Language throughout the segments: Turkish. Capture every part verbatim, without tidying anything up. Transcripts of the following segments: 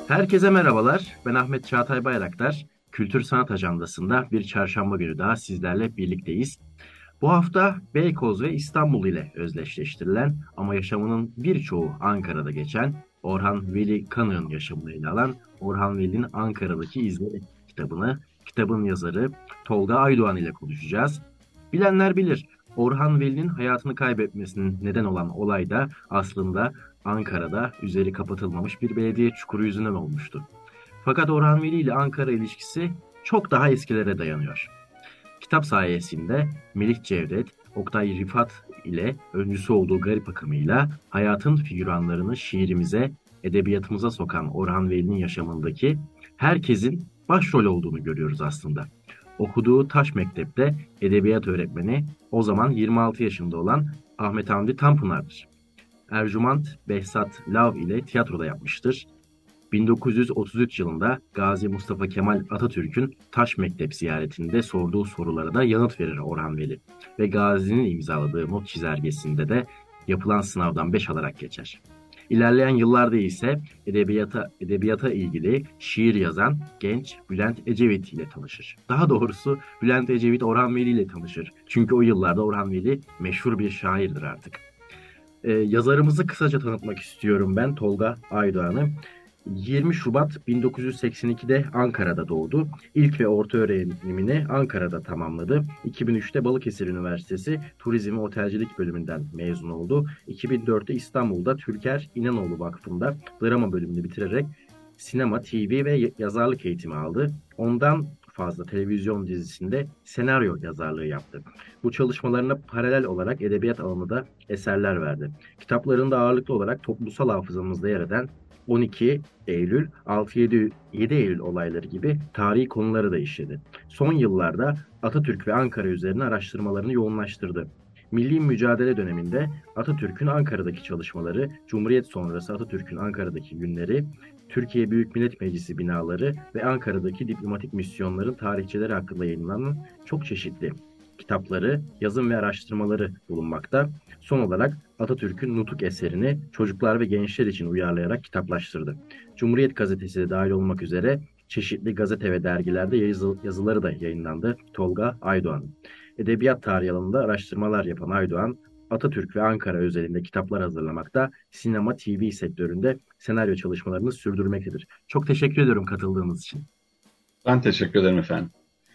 Herkese merhabalar. Ben Ahmet Çağatay Bayraktar. Kültür Sanat Ajandası'nda bir çarşamba günü daha sizlerle birlikteyiz. Bu hafta Beykoz ve İstanbul ile özdeşleştirilen ama yaşamının birçoğu Ankara'da geçen Orhan Veli Kanık'ın yaşamını ele alan Orhan Veli'nin Ankara'daki İzleri kitabını, kitabın yazarı Tolga Aydoğan ile konuşacağız. Bilenler bilir, Orhan Veli'nin hayatını kaybetmesinin neden olan olay da aslında Ankara'da üzeri kapatılmamış bir belediye çukuru yüzünden olmuştu. Fakat Orhan Veli ile Ankara ilişkisi çok daha eskilere dayanıyor. Kitap sayesinde Melih Cevdet, Oktay Rifat ile öncüsü olduğu garip akımıyla hayatın figüranlarını şiirimize, edebiyatımıza sokan Orhan Veli'nin yaşamındaki herkesin başrol olduğunu görüyoruz aslında. Okuduğu Taş Mektep'te edebiyat öğretmeni o zaman yirmi altı yaşında olan Ahmet Hamdi Tanpınar'dır. Ercüment Behzat Lav ile tiyatroda yapmıştır. bin dokuz yüz otuz üç yılında Gazi Mustafa Kemal Atatürk'ün Taş Mektep ziyaretinde sorduğu sorulara da yanıt verir Orhan Veli. Ve Gazi'nin imzaladığı not çizelgesinde de yapılan sınavdan beş alarak geçer. İlerleyen yıllarda ise edebiyata, edebiyata ilgili şiir yazan genç Bülent Ecevit ile tanışır. Daha doğrusu Bülent Ecevit Orhan Veli ile tanışır. Çünkü o yıllarda Orhan Veli meşhur bir şairdir artık. Ee, yazarımızı kısaca tanıtmak istiyorum ben, Tolga Aydoğan'ı. yirmi Şubat bin dokuz yüz seksen ikide Ankara'da doğdu. İlk ve orta öğrenimini Ankara'da tamamladı. iki bin üçte Balıkesir Üniversitesi Turizm ve Otelcilik bölümünden mezun oldu. iki bin dörtte İstanbul'da Türker İnanoğlu Vakfı'nda drama bölümünü bitirerek sinema, T V ve yazarlık eğitimi aldı. Ondan fazla televizyon dizisinde senaryo yazarlığı yaptı. Bu çalışmalarına paralel olarak edebiyat alanında da eserler verdi. Kitaplarında ağırlıklı olarak toplumsal hafızamızda yer eden on iki Eylül, altı yedi Eylül olayları gibi tarihi konuları da işledi. Son yıllarda Atatürk ve Ankara üzerine araştırmalarını yoğunlaştırdı. Milli mücadele döneminde Atatürk'ün Ankara'daki çalışmaları, Cumhuriyet sonrası Atatürk'ün Ankara'daki günleri, Türkiye Büyük Millet Meclisi binaları ve Ankara'daki diplomatik misyonların tarihçeleri hakkında yayınlanan çok çeşitli kitapları, yazım ve araştırmaları bulunmakta. Son olarak Atatürk'ün Nutuk eserini çocuklar ve gençler için uyarlayarak kitaplaştırdı. Cumhuriyet Gazetesi de dahil olmak üzere çeşitli gazete ve dergilerde yazı, yazıları da yayınlandı Tolga Aydoğan. Edebiyat tarihi alanında araştırmalar yapan Aydoğan, Atatürk ve Ankara özelinde kitaplar hazırlamakta, sinema, T V sektöründe senaryo çalışmalarını sürdürmektedir. Çok teşekkür ediyorum katıldığınız için. Ben teşekkür ederim efendim.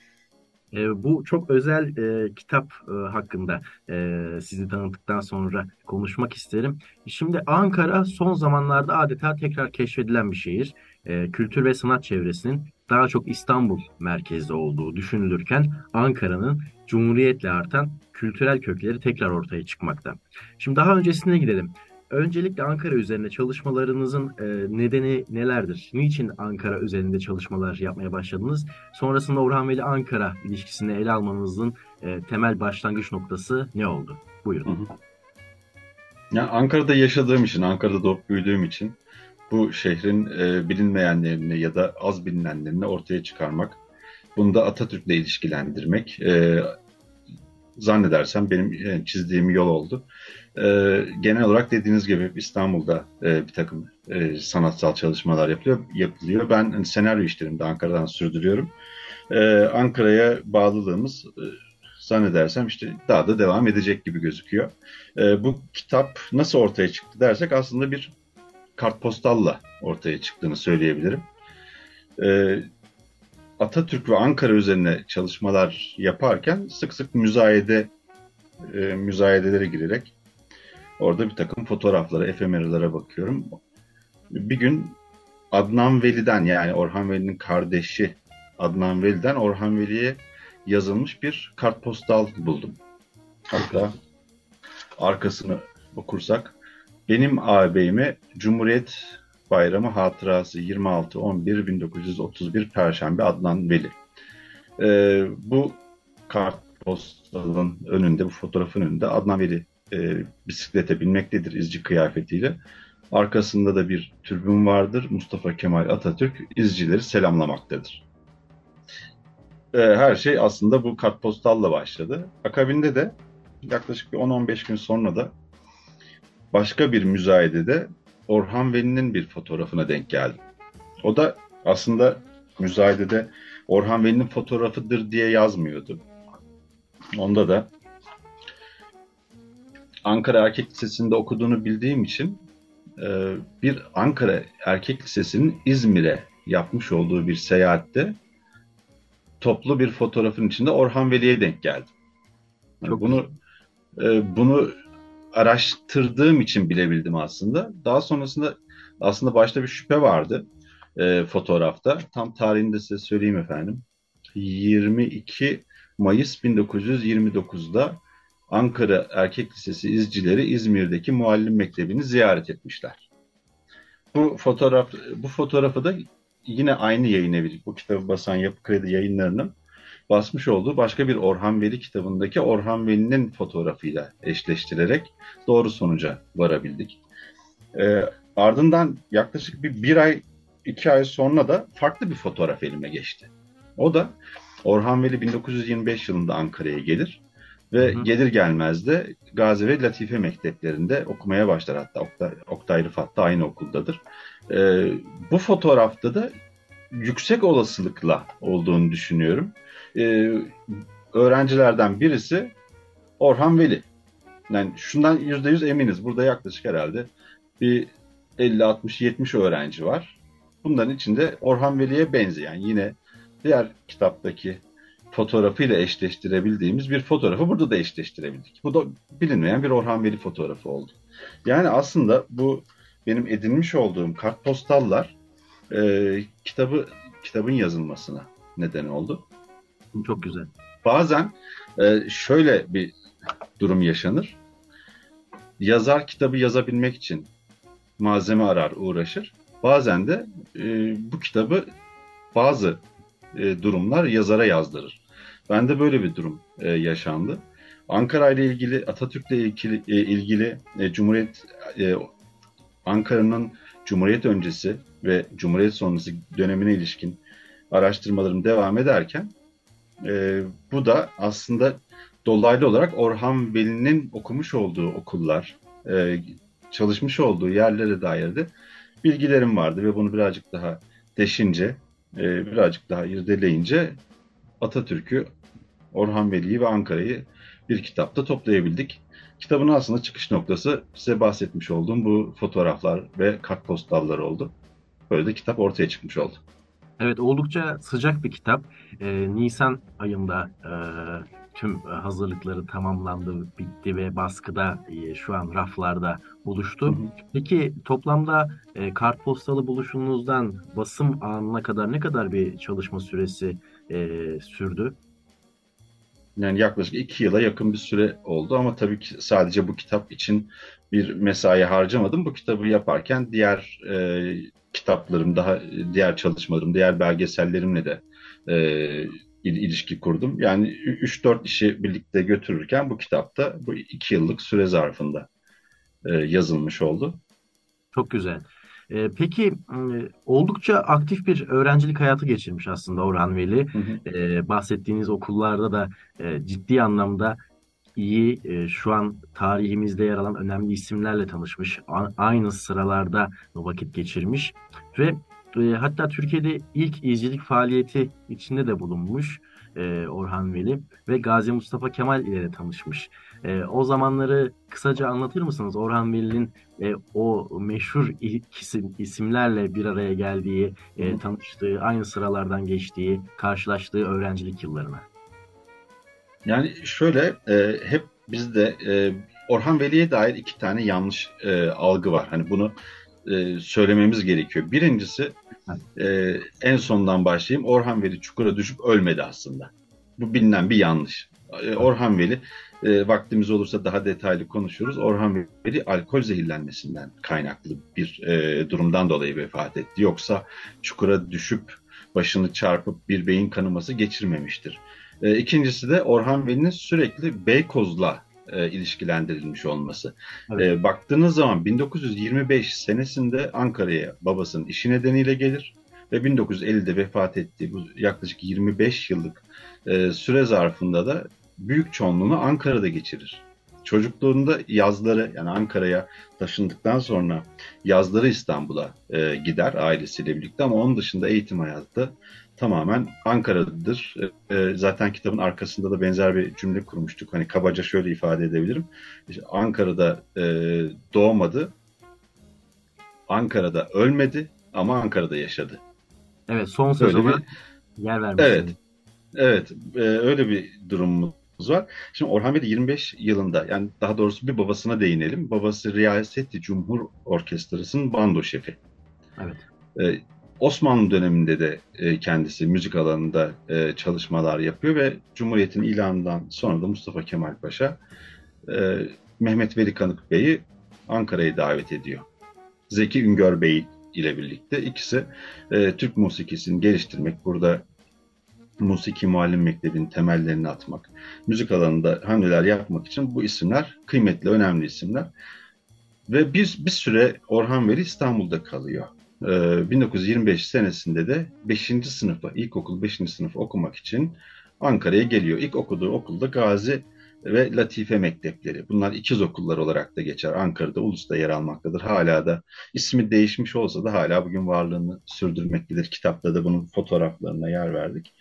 E, bu çok özel e, kitap e, hakkında e, sizi tanıdıktan sonra konuşmak isterim. Şimdi Ankara son zamanlarda adeta tekrar keşfedilen bir şehir. E, kültür ve sanat çevresinin daha çok İstanbul merkezli olduğu düşünülürken Ankara'nın Cumhuriyet'le artan kültürel kökleri tekrar ortaya çıkmakta. Şimdi daha öncesine gidelim. Öncelikle Ankara üzerine çalışmalarınızın e, nedeni nelerdir? Niçin Ankara üzerinde çalışmalar yapmaya başladınız? Sonrasında Orhan Veli Ankara ilişkisini ele almanızın e, temel başlangıç noktası ne oldu? Hı Buyurun. hı. Ya Ankara'da yaşadığım için, Ankara'da doğup büyüdüğüm için bu şehrin e, bilinmeyenlerini ya da az bilinenlerini ortaya çıkarmak, bunu da Atatürk'le ilişkilendirmek e, zannedersem benim e, çizdiğim yol oldu. E, Genel olarak dediğiniz gibi İstanbul'da e, bir takım e, sanatsal çalışmalar yapılıyor, yapılıyor. Ben hani, senaryo işlerimi de Ankara'dan sürdürüyorum. E, Ankara'ya bağlılığımız e, zannedersem işte daha da devam edecek gibi gözüküyor. E, bu kitap nasıl ortaya çıktı dersek aslında bir kartpostalla ortaya çıktığını söyleyebilirim. E, Atatürk ve Ankara üzerine çalışmalar yaparken sık sık müzayede e, müzayedelere girerek orada bir takım fotoğraflara, efemeralara bakıyorum. Bir gün Adnan Veli'den, yani Orhan Veli'nin kardeşi Adnan Veli'den Orhan Veli'ye yazılmış bir kartpostal buldum. Çok güzel. Hatta arkasını okursak, benim ağabeyime Cumhuriyet Bayramı hatırası yirmi altı on bir bin dokuz yüz otuz bir Perşembe Adnan Veli. Ee, bu kartpostalın önünde, bu fotoğrafın önünde Adnan Veli e, bisiklete binmektedir izci kıyafetiyle. Arkasında da bir türbün vardır. Mustafa Kemal Atatürk izcileri selamlamaktadır. Ee, her şey aslında bu kartpostalla başladı. Akabinde de yaklaşık bir on on beş gün sonra da başka bir müzayedede Orhan Veli'nin bir fotoğrafına denk geldim. O da aslında müzayedede Orhan Veli'nin fotoğrafıdır diye yazmıyordu. Onda da Ankara Erkek Lisesi'nde okuduğunu bildiğim için e, bir Ankara Erkek Lisesi'nin İzmir'e yapmış olduğu bir seyahatte toplu bir fotoğrafın içinde Orhan Veli'ye denk geldim. Yani Çok güzel. bunu e, bunu araştırdığım için bilebildim aslında. Daha sonrasında aslında başta bir şüphe vardı e, fotoğrafta. Tam tarihini de size söyleyeyim efendim. yirmi iki Mayıs bin dokuz yüz yirmi dokuzda Ankara Erkek Lisesi izcileri İzmir'deki Muallim Mektebi'ni ziyaret etmişler. Bu fotoğraf bu fotoğrafı da yine aynı yayın evi, bu kitabı basan Yapı Kredi Yayınları'nın basmış olduğu başka bir Orhan Veli kitabındaki Orhan Veli'nin fotoğrafıyla eşleştirerek doğru sonuca varabildik. Ee, ardından yaklaşık bir, bir ay, iki ay sonra da farklı bir fotoğraf elime geçti. O da Orhan Veli bin dokuz yüz yirmi beş yılında Ankara'ya gelir Hı ve hı. gelir gelmez de Gazi ve Latife mekteplerinde okumaya başlar. Hatta Oktay, Oktay Rıfat da aynı okuldadır. Ee, bu fotoğrafta da yüksek olasılıkla olduğunu düşünüyorum. Ee, öğrencilerden birisi Orhan Veli. Yani şundan yüzde yüz eminiz. Burada yaklaşık herhalde bir elli altmış yetmiş öğrenci var. Bunların içinde Orhan Veli'ye benzeyen, yine diğer kitaptaki fotoğrafıyla eşleştirebildiğimiz bir fotoğrafı burada da eşleştirebildik. Bu da bilinmeyen bir Orhan Veli fotoğrafı oldu. Yani aslında bu benim edinmiş olduğum kartpostallar e, kitabı kitabın yazılmasına neden oldu. Çok güzel. Bazen e, şöyle bir durum yaşanır. Yazar kitabı yazabilmek için malzeme arar, uğraşır. Bazen de e, bu kitabı bazı e, durumlar yazara yazdırır. Bende böyle bir durum e, yaşandı. Ankara ile ilgili, Atatürk'le ilgili, e, ilgili e, Cumhuriyet e, Ankara'nın Cumhuriyet öncesi ve Cumhuriyet sonrası dönemine ilişkin araştırmalarım devam ederken e, bu da aslında dolaylı olarak Orhan Veli'nin okumuş olduğu okullar, e, çalışmış olduğu yerlere dair de bilgilerim vardı ve bunu birazcık daha deşince, e, birazcık daha irdeleyince Atatürk'ü, Orhan Veli'yi ve Ankara'yı bir kitapta toplayabildik. Kitabın aslında çıkış noktası size bahsetmiş olduğum bu fotoğraflar ve kartpostallar oldu. Böyle de kitap ortaya çıkmış oldu. Evet, oldukça sıcak bir kitap. Ee, Nisan ayında e, tüm hazırlıkları tamamlandı, bitti ve baskıda e, şu an raflarda Hı buluştu. hı. Peki toplamda e, kartpostalı buluşunuzdan basım anına kadar ne kadar bir çalışma süresi e, sürdü? Yani yaklaşık iki yıla yakın bir süre oldu ama tabii ki sadece bu kitap için bir mesai harcamadım. Bu kitabı yaparken diğer e, kitaplarım, daha diğer çalışmalarım, diğer belgesellerimle de e, il- ilişki kurdum. Yani üç dört işi birlikte götürürken bu kitapta bu iki yıllık süre zarfında e, yazılmış oldu. Çok güzel. Ee, peki e, oldukça aktif bir öğrencilik hayatı geçirmiş aslında Orhan Veli. Hı hı. Ee, bahsettiğiniz okullarda da e, ciddi anlamda iyi, e, şu an tarihimizde yer alan önemli isimlerle tanışmış. A- aynı sıralarda vakit geçirmiş ve e, hatta Türkiye'de ilk izcilik faaliyeti içinde de bulunmuş e, Orhan Veli ve Gazi Mustafa Kemal ile de tanışmış. E, o zamanları kısaca anlatır mısınız? Orhan Veli'nin e, o meşhur i- isim, isimlerle bir araya geldiği, Hı e, hı. tanıştığı, aynı sıralardan geçtiği, karşılaştığı öğrencilik yıllarına. Yani şöyle e, hep bizde e, Orhan Veli'ye dair iki tane yanlış e, algı var. Hani bunu e, söylememiz gerekiyor. Birincisi, e, en sondan başlayayım. Orhan Veli çukura düşüp ölmedi aslında. Bu bilinen bir yanlış. E, Orhan Veli, e, vaktimiz olursa daha detaylı konuşuruz. Orhan Veli alkol zehirlenmesinden kaynaklı bir e, durumdan dolayı vefat etti. Yoksa çukura düşüp başını çarpıp bir beyin kanaması geçirmemiştir. E, ikincisi de Orhan Veli'nin sürekli Beykoz'la e, ilişkilendirilmiş olması. Evet. E, baktığınız zaman bin dokuz yüz yirmi beş senesinde Ankara'ya babasının işi nedeniyle gelir ve bin dokuz yüz ellide vefat ettiği bu yaklaşık yirmi beş yıllık e, süre zarfında da büyük çoğunluğunu Ankara'da geçirir. Çocukluğunda yazları, yani Ankara'ya taşındıktan sonra yazları İstanbul'a e, gider ailesiyle birlikte, ama onun dışında eğitim hayatı tamamen Ankara'dadır. E, e, zaten kitabın arkasında da benzer bir cümle kurmuştuk. Hani kabaca şöyle ifade edebilirim. İşte Ankara'da e, doğmadı, Ankara'da ölmedi ama Ankara'da yaşadı. Evet, son söz Böyle olarak bir yer evet, vermişsiniz. evet, e, öyle bir durumumuz var. Şimdi Orhan Veli yirmi beş yılında, yani daha doğrusu bir babasına değinelim. Babası Riyaset-i Cumhur Orkestrası'nın bando şefi. Evet. E, Osmanlı döneminde de e, kendisi müzik alanında e, çalışmalar yapıyor ve Cumhuriyet'in ilanından sonra da Mustafa Kemal Paşa e, Mehmet Veli Kanık Bey'i Ankara'ya davet ediyor. Zeki Üngör Bey ile birlikte ikisi e, Türk musikisini geliştirmek, burada Musiki Muallim Mektebi'nin temellerini atmak, müzik alanında hamleler yapmak için bu isimler kıymetli, önemli isimler. Ve bir, bir süre Orhan Veli İstanbul'da kalıyor. Ee, bin dokuz yüz yirmi beş senesinde de beşinci sınıfı, ilkokul beşinci sınıfı okumak için Ankara'ya geliyor. İlk okuduğu okulda Gazi ve Latife Mektepleri. Bunlar ikiz okullar olarak da geçer. Ankara'da, Ulus'ta yer almaktadır. Hala da ismi değişmiş olsa da hala bugün varlığını sürdürmektedir. Kitapta da bunun fotoğraflarına yer verdik.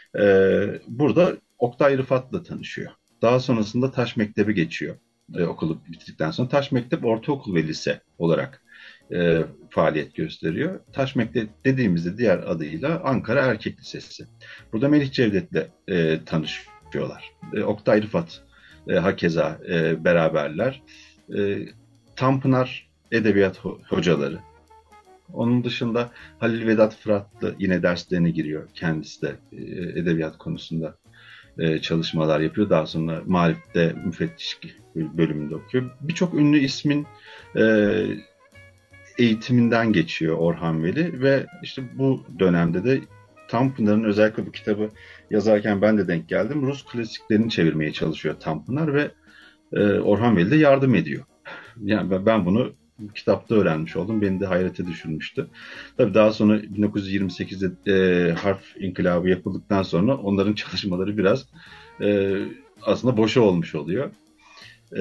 Ee, burada Oktay Rıfat'la tanışıyor. Daha sonrasında Taş Mektebi geçiyor e, okulu bitirdikten sonra. Taş Mektep Ortaokul ve Lise olarak e, faaliyet gösteriyor. Taş Mektep dediğimizde diğer adıyla Ankara Erkek Lisesi. Burada Melih Cevdet'le e, tanışıyorlar. E, Oktay Rıfat e, hakeza e, beraberler. E, Tanpınar Edebiyat ho- hocaları. Onun dışında Halil Vedat Fıratlı yine derslerine giriyor. Kendisi de e, edebiyat konusunda e, çalışmalar yapıyor. Daha sonra Marif'te müfettiş bölümünde okuyor. Birçok ünlü ismin e, eğitiminden geçiyor Orhan Veli ve işte bu dönemde de Tanpınar'ın, özellikle bu kitabı yazarken ben de denk geldim, Rus klasiklerini çevirmeye çalışıyor Tanpınar ve e, Orhan Veli de yardım ediyor. Yani ben bunu kitapta öğrenmiş oldum. Beni de hayrete düşürmüştü. Tabii daha sonra bin dokuz yüz yirmi sekizde e, harf inkılabı yapıldıktan sonra onların çalışmaları biraz e, aslında boşa olmuş oluyor. E,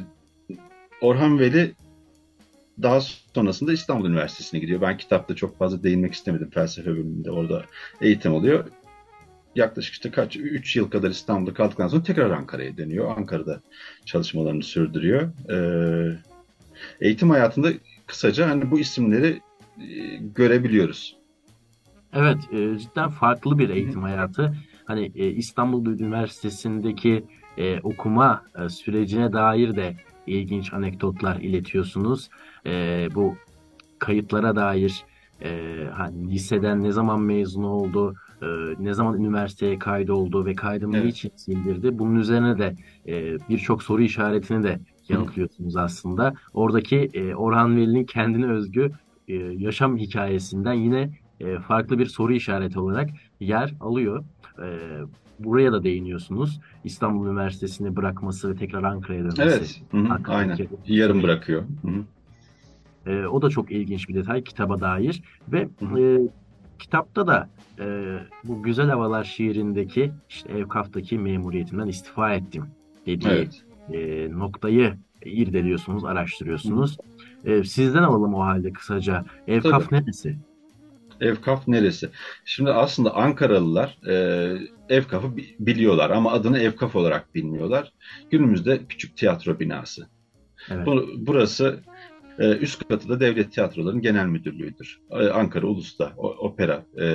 Orhan Veli daha sonrasında İstanbul Üniversitesi'ne gidiyor. Ben kitapta çok fazla değinmek istemedim. Felsefe bölümünde orada eğitim alıyor. Yaklaşık işte kaç, üç yıl kadar İstanbul'da kaldıktan sonra tekrar Ankara'ya dönüyor. Ankara'da çalışmalarını sürdürüyor. Ee, eğitim hayatında kısaca hani bu isimleri e, görebiliyoruz. Evet, e, cidden farklı bir Hı hı. eğitim hayatı. Hani e, İstanbul Üniversitesi'ndeki e, okuma e, sürecine dair de ilginç anekdotlar iletiyorsunuz. E, bu kayıtlara dair e, hani liseden ne zaman mezun oldu, e, ne zaman üniversiteye kaydoldu ve kaydını Evet. niçin sildirdi. Bunun üzerine de e, birçok soru işaretini de Hı hı. yanıtlıyorsunuz aslında. Oradaki e, Orhan Veli'nin kendine özgü e, yaşam hikayesinden yine e, farklı bir soru işareti olarak yer alıyor. E, Buraya da değiniyorsunuz. İstanbul Üniversitesi'ni bırakması ve tekrar Ankara'ya dönmesi Evet. Hı hı. Aynen. hakkındaki soru Yarım işareti. bırakıyor. Hı hı. E, o da çok ilginç bir detay kitaba dair ve Hı hı. e, kitapta da e, bu Güzel Havalar şiirindeki işte Evkaf'taki memuriyetinden istifa ettim dediği Evet. e, noktayı irdeliyorsunuz, Hı hı. araştırıyorsunuz. E, sizden alalım o halde kısaca. Tabii. Evkaf neresi? Evkaf neresi? Şimdi aslında Ankaralılar e, Evkaf'ı bi- biliyorlar ama adını Evkaf olarak bilmiyorlar. Günümüzde küçük tiyatro binası. Evet. Bu, burası e, üst katı da Devlet Tiyatroları'nın genel müdürlüğüdür. E, Ankara Ulus'ta o, opera e,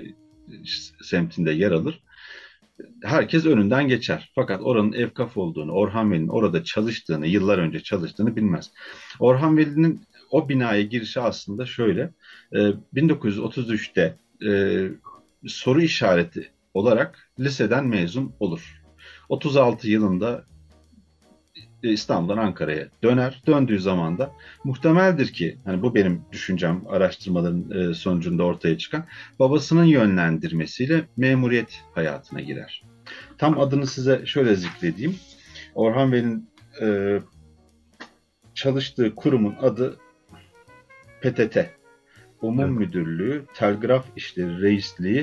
semtinde yer alır. Herkes önünden geçer. Fakat oranın Evkaf olduğunu, Orhan Veli'nin orada çalıştığını, yıllar önce çalıştığını bilmez. Orhan Veli'nin o binaya girişi aslında şöyle. e, bin dokuz yüz otuz üçte e, soru işareti olarak liseden mezun olur. otuz altı yılında e, İstanbul'dan Ankara'ya döner. Döndüğü zaman da muhtemeldir ki, hani bu benim düşüncem, araştırmaların e, sonucunda ortaya çıkan, babasının yönlendirmesiyle memuriyet hayatına girer. Tam adını size şöyle zikredeyim. Orhan Veli'nin e, çalıştığı kurumun adı P T T. Umum Evet. Müdürlüğü, Telgraf İşleri Reisliği,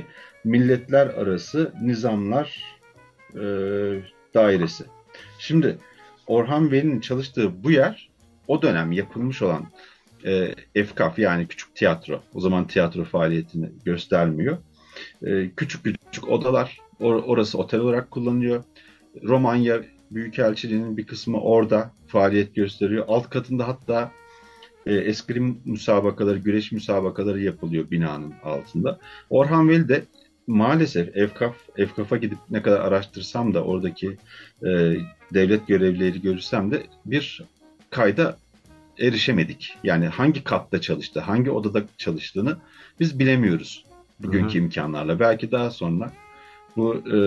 Milletler Arası Nizamlar e, Dairesi. Şimdi Orhan Veli'nin çalıştığı bu yer o dönem yapılmış olan e, efkaf yani küçük tiyatro. O zaman tiyatro faaliyetini göstermiyor. E, küçük küçük odalar. Or- orası otel olarak kullanılıyor. Romanya Büyükelçiliğinin bir kısmı orada faaliyet gösteriyor. Alt katında hatta e, eskrim müsabakaları, güreş müsabakaları yapılıyor binanın altında. Orhan Veli de maalesef Efkaf, Efkaf'a gidip ne kadar araştırsam da oradaki e, devlet görevlileri görürsem de bir kayda erişemedik. Yani hangi katta çalıştı, hangi odada çalıştığını biz bilemiyoruz Hı bugünkü hı. imkanlarla. Belki daha sonra bu e,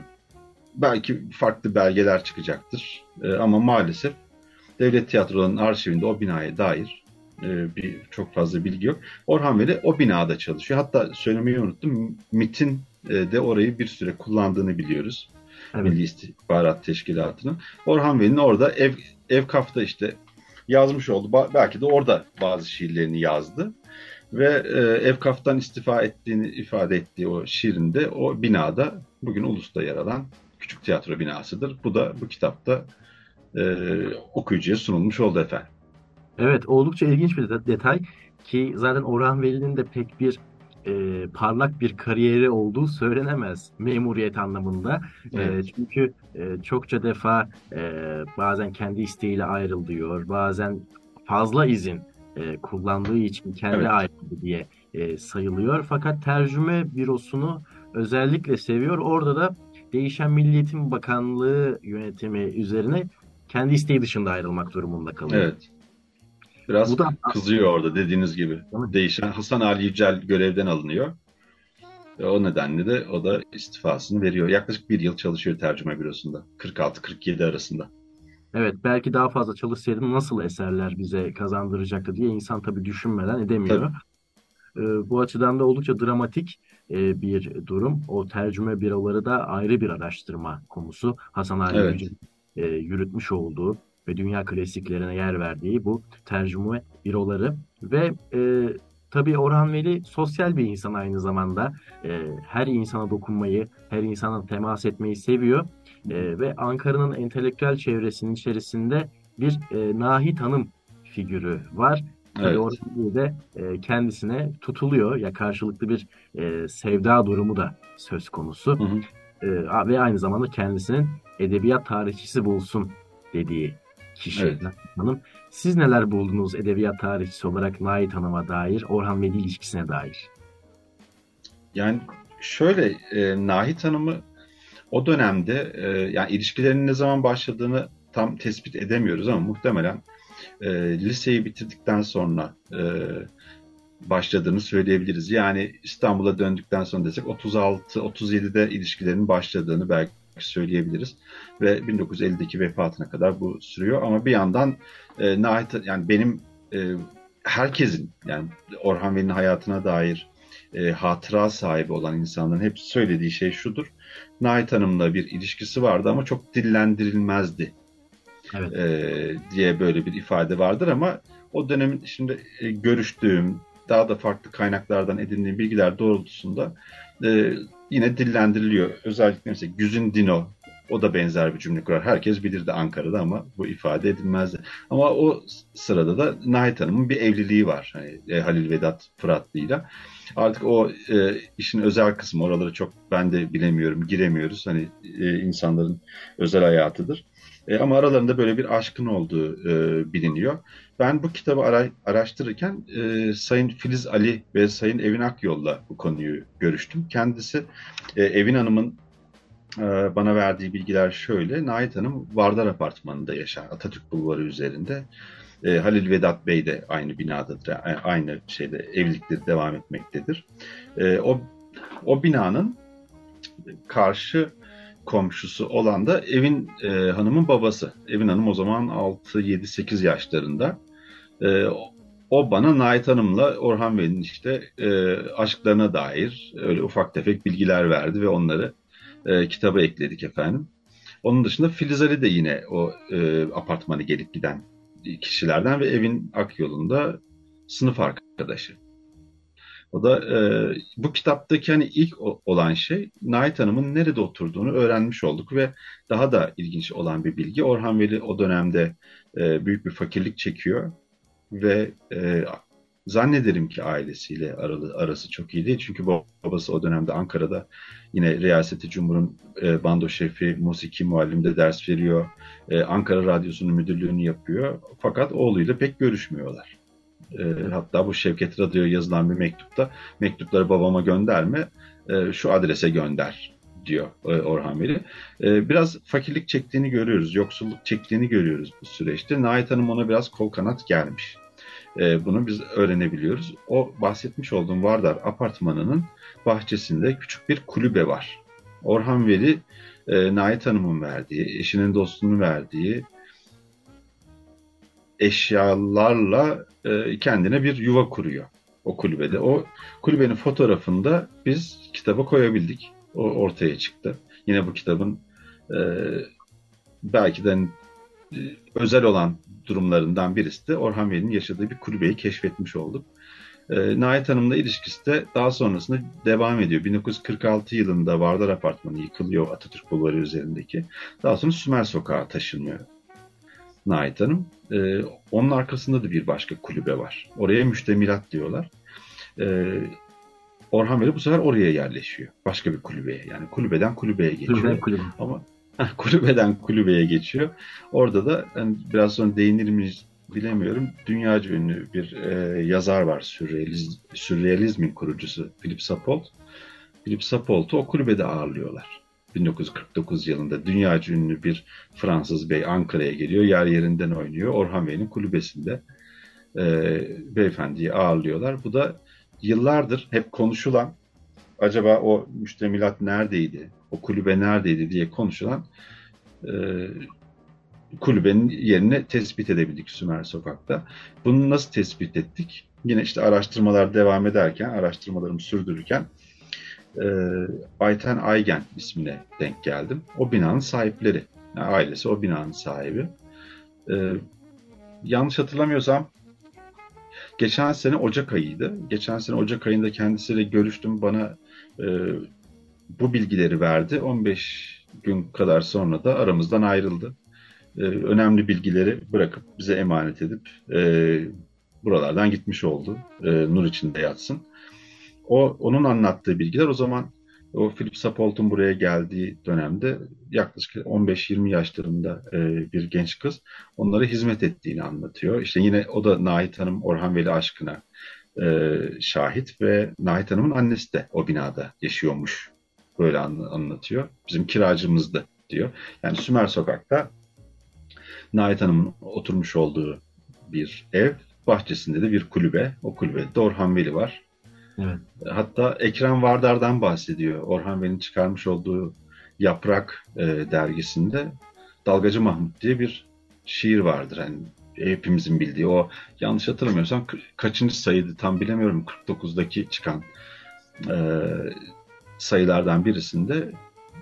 belki farklı belgeler çıkacaktır. E, ama maalesef Devlet Tiyatroları'nın arşivinde o binaya dair e, bir çok fazla bilgi yok. Orhan Veli o binada çalışıyor. Hatta söylemeyi unuttum. MİT'in e, de orayı bir süre kullandığını biliyoruz. Evet. Milli İstihbarat Teşkilatı'nın. Orhan Veli'nin orada ev ev kafta işte yazmış oldu. Belki de orada bazı şiirlerini yazdı. Ve e, Evkaf'tan istifa ettiğini ifade ettiği o şiirinde o binada bugün Ulus'ta yer alan küçük tiyatro binasıdır. Bu da bu kitapta e, okuyucuya sunulmuş oldu efendim. Evet, oldukça ilginç bir de- detay ki zaten Orhan Veli'nin de pek bir e, parlak bir kariyeri olduğu söylenemez memuriyet anlamında. E, Evet, çünkü e, çokça defa e, bazen kendi isteğiyle ayrılıyor, bazen fazla izin e, kullandığı için kendi evet, ayrıldı diye e, sayılıyor. Fakat tercüme bürosunu özellikle seviyor. Orada da değişen Milli Eğitim Bakanlığı yönetimi üzerine kendi isteği dışında ayrılmak durumunda kalıyor. evet. Biraz Bu da kızıyor orada dediğiniz gibi. değil mi? Değişen Hasan Ali Yücel görevden alınıyor. Ve o nedenle de o da istifasını veriyor. Yaklaşık bir yıl çalışıyor tercüme bürosunda. kırk altı kırk yedi arasında. Evet, belki daha fazla çalışsaydım nasıl eserler bize kazandıracaktı diye insan tabii düşünmeden edemiyor. Tabii, Ee, bu açıdan da oldukça dramatik e, bir durum. O tercüme büroları da ayrı bir araştırma konusu. Hasan Ali evet, Yücel'in e, yürütmüş olduğu ve dünya klasiklerine yer verdiği bu tercüme büroları ve e, tabii Orhan Veli sosyal bir insan aynı zamanda. E, her insana dokunmayı, her insana temas etmeyi seviyor. E, ve Ankara'nın entelektüel çevresinin içerisinde bir e, Nahit Hanım figürü var. Tabii evet. Orhan de e, kendisine tutuluyor ya karşılıklı bir e, sevda durumu da söz konusu. Hı hı. E, a- ve aynı zamanda kendisinin edebiyat tarihçisi bulsun dediği kişi Evet. Nahit Hanım. Siz neler buldunuz edebiyat tarihçisi olarak Nahit Hanım'a dair, Orhan Veli ilişkisine dair? Yani şöyle e, Nahit Hanım'ı o dönemde e, yani ilişkilerinin ne zaman başladığını tam tespit edemiyoruz ama muhtemelen e, liseyi bitirdikten sonra e, başladığını söyleyebiliriz. Yani İstanbul'a döndükten sonra desek otuz altı otuz yedide ilişkilerin başladığını belki söyleyebiliriz. Ve bin dokuz yüz ellideki vefatına kadar bu sürüyor. Ama bir yandan e, Nahit, yani benim e, herkesin yani Orhan Veli'nin hayatına dair e, hatıra sahibi olan insanların hep söylediği şey şudur. Nahit Hanım'la bir ilişkisi vardı ama çok dillendirilmezdi Evet. e, diye böyle bir ifade vardır ama o dönemin şimdi e, görüştüğüm daha da farklı kaynaklardan edindiğim bilgiler doğrultusunda e, yine dillendiriliyor. Özellikle mesela Güzin Dino o da benzer bir cümle kurar. Herkes bilirdi Ankara'da ama bu ifade edilmezdi. Ama o sırada da Nahit Hanım'ın bir evliliği var. Hani, e, Halil Vedat Fıratlı'yla. Artık o e, işin özel kısmı oraları çok ben de bilemiyorum, giremiyoruz. Hani e, insanların özel hayatıdır. E, ama aralarında böyle bir aşkın olduğu e, biliniyor. Ben bu kitabı ara, araştırırken e, Sayın Filiz Ali ve Sayın Evin Akyol'la bu konuyu görüştüm. Kendisi e, Evin Hanım'ın e, bana verdiği bilgiler şöyle. Nahit Hanım Vardar Apartmanı'nda yaşar. Atatürk Bulvarı üzerinde. E, Halil Vedat Bey de aynı binadadır. E, aynı şeyde evlilikleri devam etmektedir. E, o o binanın karşı komşusu olan da Evin e, Hanım'ın babası. Evin Hanım o zaman altı yedi sekiz yaşlarında. E, o bana Nait Hanım'la Orhan Veli'nin işte e, aşklarına dair öyle ufak tefek bilgiler verdi ve onları e, kitaba ekledik efendim. Onun dışında Filiz Ali de yine o e, apartmanı gelip giden kişilerden ve Evin Akyol'unda sınıf arkadaşı. O da e, bu kitaptaki hani ilk o- olan şey Nait Hanım'ın nerede oturduğunu öğrenmiş olduk ve daha da ilginç olan bir bilgi. Orhan Veli o dönemde e, büyük bir fakirlik çekiyor ve e, zannederim ki ailesiyle aralı, arası çok iyi değil. Çünkü babası o dönemde Ankara'da yine Riyaseti Cumhur'un e, bando şefi, musiki muallimde ders veriyor. E, Ankara Radyosu'nun müdürlüğünü yapıyor. Fakat oğluyla pek görüşmüyorlar. E, hatta bu Şevket Radyo'ya yazılan bir mektupta mektupları babama gönderme, e, şu adrese gönder diyor e, Orhan Veli. E, biraz fakirlik çektiğini görüyoruz, yoksulluk çektiğini görüyoruz bu süreçte. Nait Hanım ona biraz kol kanat gelmiş. E, bunu biz öğrenebiliyoruz. O bahsetmiş olduğum Vardar Apartmanı'nın bahçesinde küçük bir kulübe var. Orhan Veli, e, Nait Hanım'ın verdiği, eşinin dostunun verdiği eşyalarla e, kendine bir yuva kuruyor o kulübede. O kulübenin fotoğrafını da biz kitaba koyabildik. O ortaya çıktı. Yine bu kitabın e, belki de e, özel olan durumlarından birisi de Orhan Veli'nin yaşadığı bir kulübeyi keşfetmiş olduk. E, Nait Hanım'la ilişkisi de daha sonrasında devam ediyor. bin dokuz yüz kırk altı yılında Vardar Apartmanı yıkılıyor, Atatürk Bulvarı üzerindeki. Daha sonra Sümer Sokağa taşınıyor Nait Hanım. Ee, onun arkasında da bir başka kulübe var. Oraya müştemilat diyorlar. Ee, Orhan Veli bu sefer oraya yerleşiyor. Başka bir kulübeye. Yani kulübeden kulübeye Kulübe geçiyor. kulübe. Ama kulübeden kulübeye geçiyor. Orada da hani biraz sonra değinir miyiz bilemiyorum. Dünyaca ünlü bir e, yazar var. Sürrealiz, sürrealizmin kurucusu Philip Sapoldt. Philip Sapolt'u o kulübede ağırlıyorlar. bin dokuz yüz kırk dokuz yılında dünyaca ünlü bir Fransız bey Ankara'ya geliyor. Yer yerinden oynuyor. Orhan Bey'in kulübesinde e, beyefendiyi ağırlıyorlar. Bu da yıllardır hep konuşulan, acaba o müştemilat neredeydi, o kulübe neredeydi diye konuşulan e, kulübenin yerini tespit edebildik Sümer Sokak'ta. Bunu nasıl tespit ettik? Yine işte araştırmalar devam ederken, araştırmalarımı sürdürürken e, Ayten Aygen ismine denk geldim. O binanın sahipleri. Yani ailesi o binanın sahibi. E, yanlış hatırlamıyorsam geçen sene Ocak ayıydı. Geçen sene Ocak ayında kendisiyle görüştüm. Bana e, bu bilgileri verdi. on beş gün kadar sonra da aramızdan ayrıldı. E, önemli bilgileri bırakıp bize emanet edip e, buralardan gitmiş oldu. E, nur içinde yatsın. O onun anlattığı bilgiler o zaman o Philip Sapolt'un buraya geldiği dönemde yaklaşık on beş yirmi yaşlarında e, bir genç kız onlara hizmet ettiğini anlatıyor. İşte yine o da Nait Hanım Orhan Veli aşkına e, şahit ve Nait Hanım'ın annesi de o binada yaşıyormuş. Böyle anlatıyor. Bizim kiracımızdı diyor. Yani Sümer Sokak'ta Nait Hanım'ın oturmuş olduğu bir ev, bahçesinde de bir kulübe. O kulübede de Orhan Veli var. Evet. Hatta Ekrem Vardar'dan bahsediyor. Orhan Veli'nin çıkarmış olduğu Yaprak e, dergisinde Dalgacı Mahmut diye bir şiir vardır. Yani hepimizin bildiği o, yanlış hatırlamıyorsam kaçıncı sayıydı tam bilemiyorum, kırk dokuzdaki çıkan e, sayılardan birisinde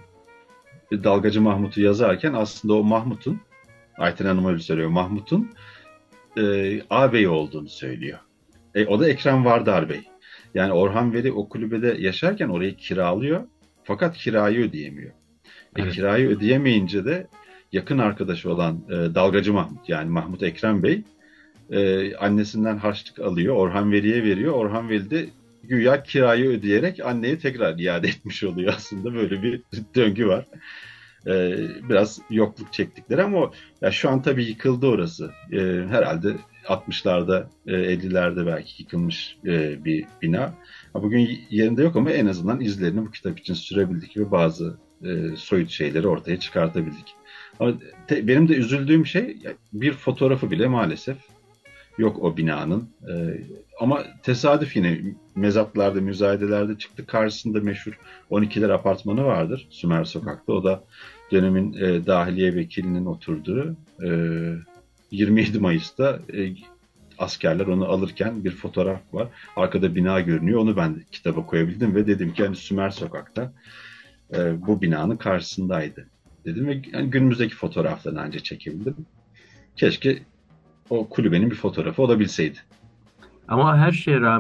Dalgacı Mahmut'u yazarken aslında o Mahmut'un, Ayten Hanım öyle söylüyor, Mahmut'un e, ağabeyi olduğunu söylüyor. E, o da Ekrem Vardar Bey. Yani Orhan Veli o kulübede yaşarken orayı kiralıyor. Fakat kirayı ödeyemiyor. E, Evet. kirayı ödeyemeyince de yakın arkadaşı olan e, Dalgacı Mahmut, yani Mahmut Ekrem Bey e, annesinden harçlık alıyor. Orhan Veli'ye veriyor. Orhan Veli de güya kirayı ödeyerek anneye tekrar iade etmiş oluyor aslında. Böyle bir döngü var. E, biraz yokluk çektikleri ama ya şu an tabii yıkıldı orası. E, herhalde altmışlarda, e, ellilerde belki yıkılmış e, bir bina. Bugün yerinde yok ama en azından izlerini bu kitap için sürebildik ve bazı e, soyut şeyleri ortaya çıkartabildik. Ama te, benim de üzüldüğüm şey, bir fotoğrafı bile maalesef yok o binanın. E, ama tesadüf yine mezatlarda, müzayedelerde çıktı. Karşısında meşhur on ikiler apartmanı vardır Sümer Sokak'ta. O da dönemin e, dahiliye vekilinin oturduğu. E, yirmi yedi Mayıs'ta e, askerler onu alırken bir fotoğraf var. Arkada bina görünüyor. Onu ben de kitaba koyabildim ve dedim ki hani Sümer Sokak'ta e, bu binanın karşısındaydı dedim ve yani günümüzdeki fotoğraflarını ancak çekebildim. Keşke o kulübenin bir fotoğrafı olabilseydi. Ama her şeye rağmen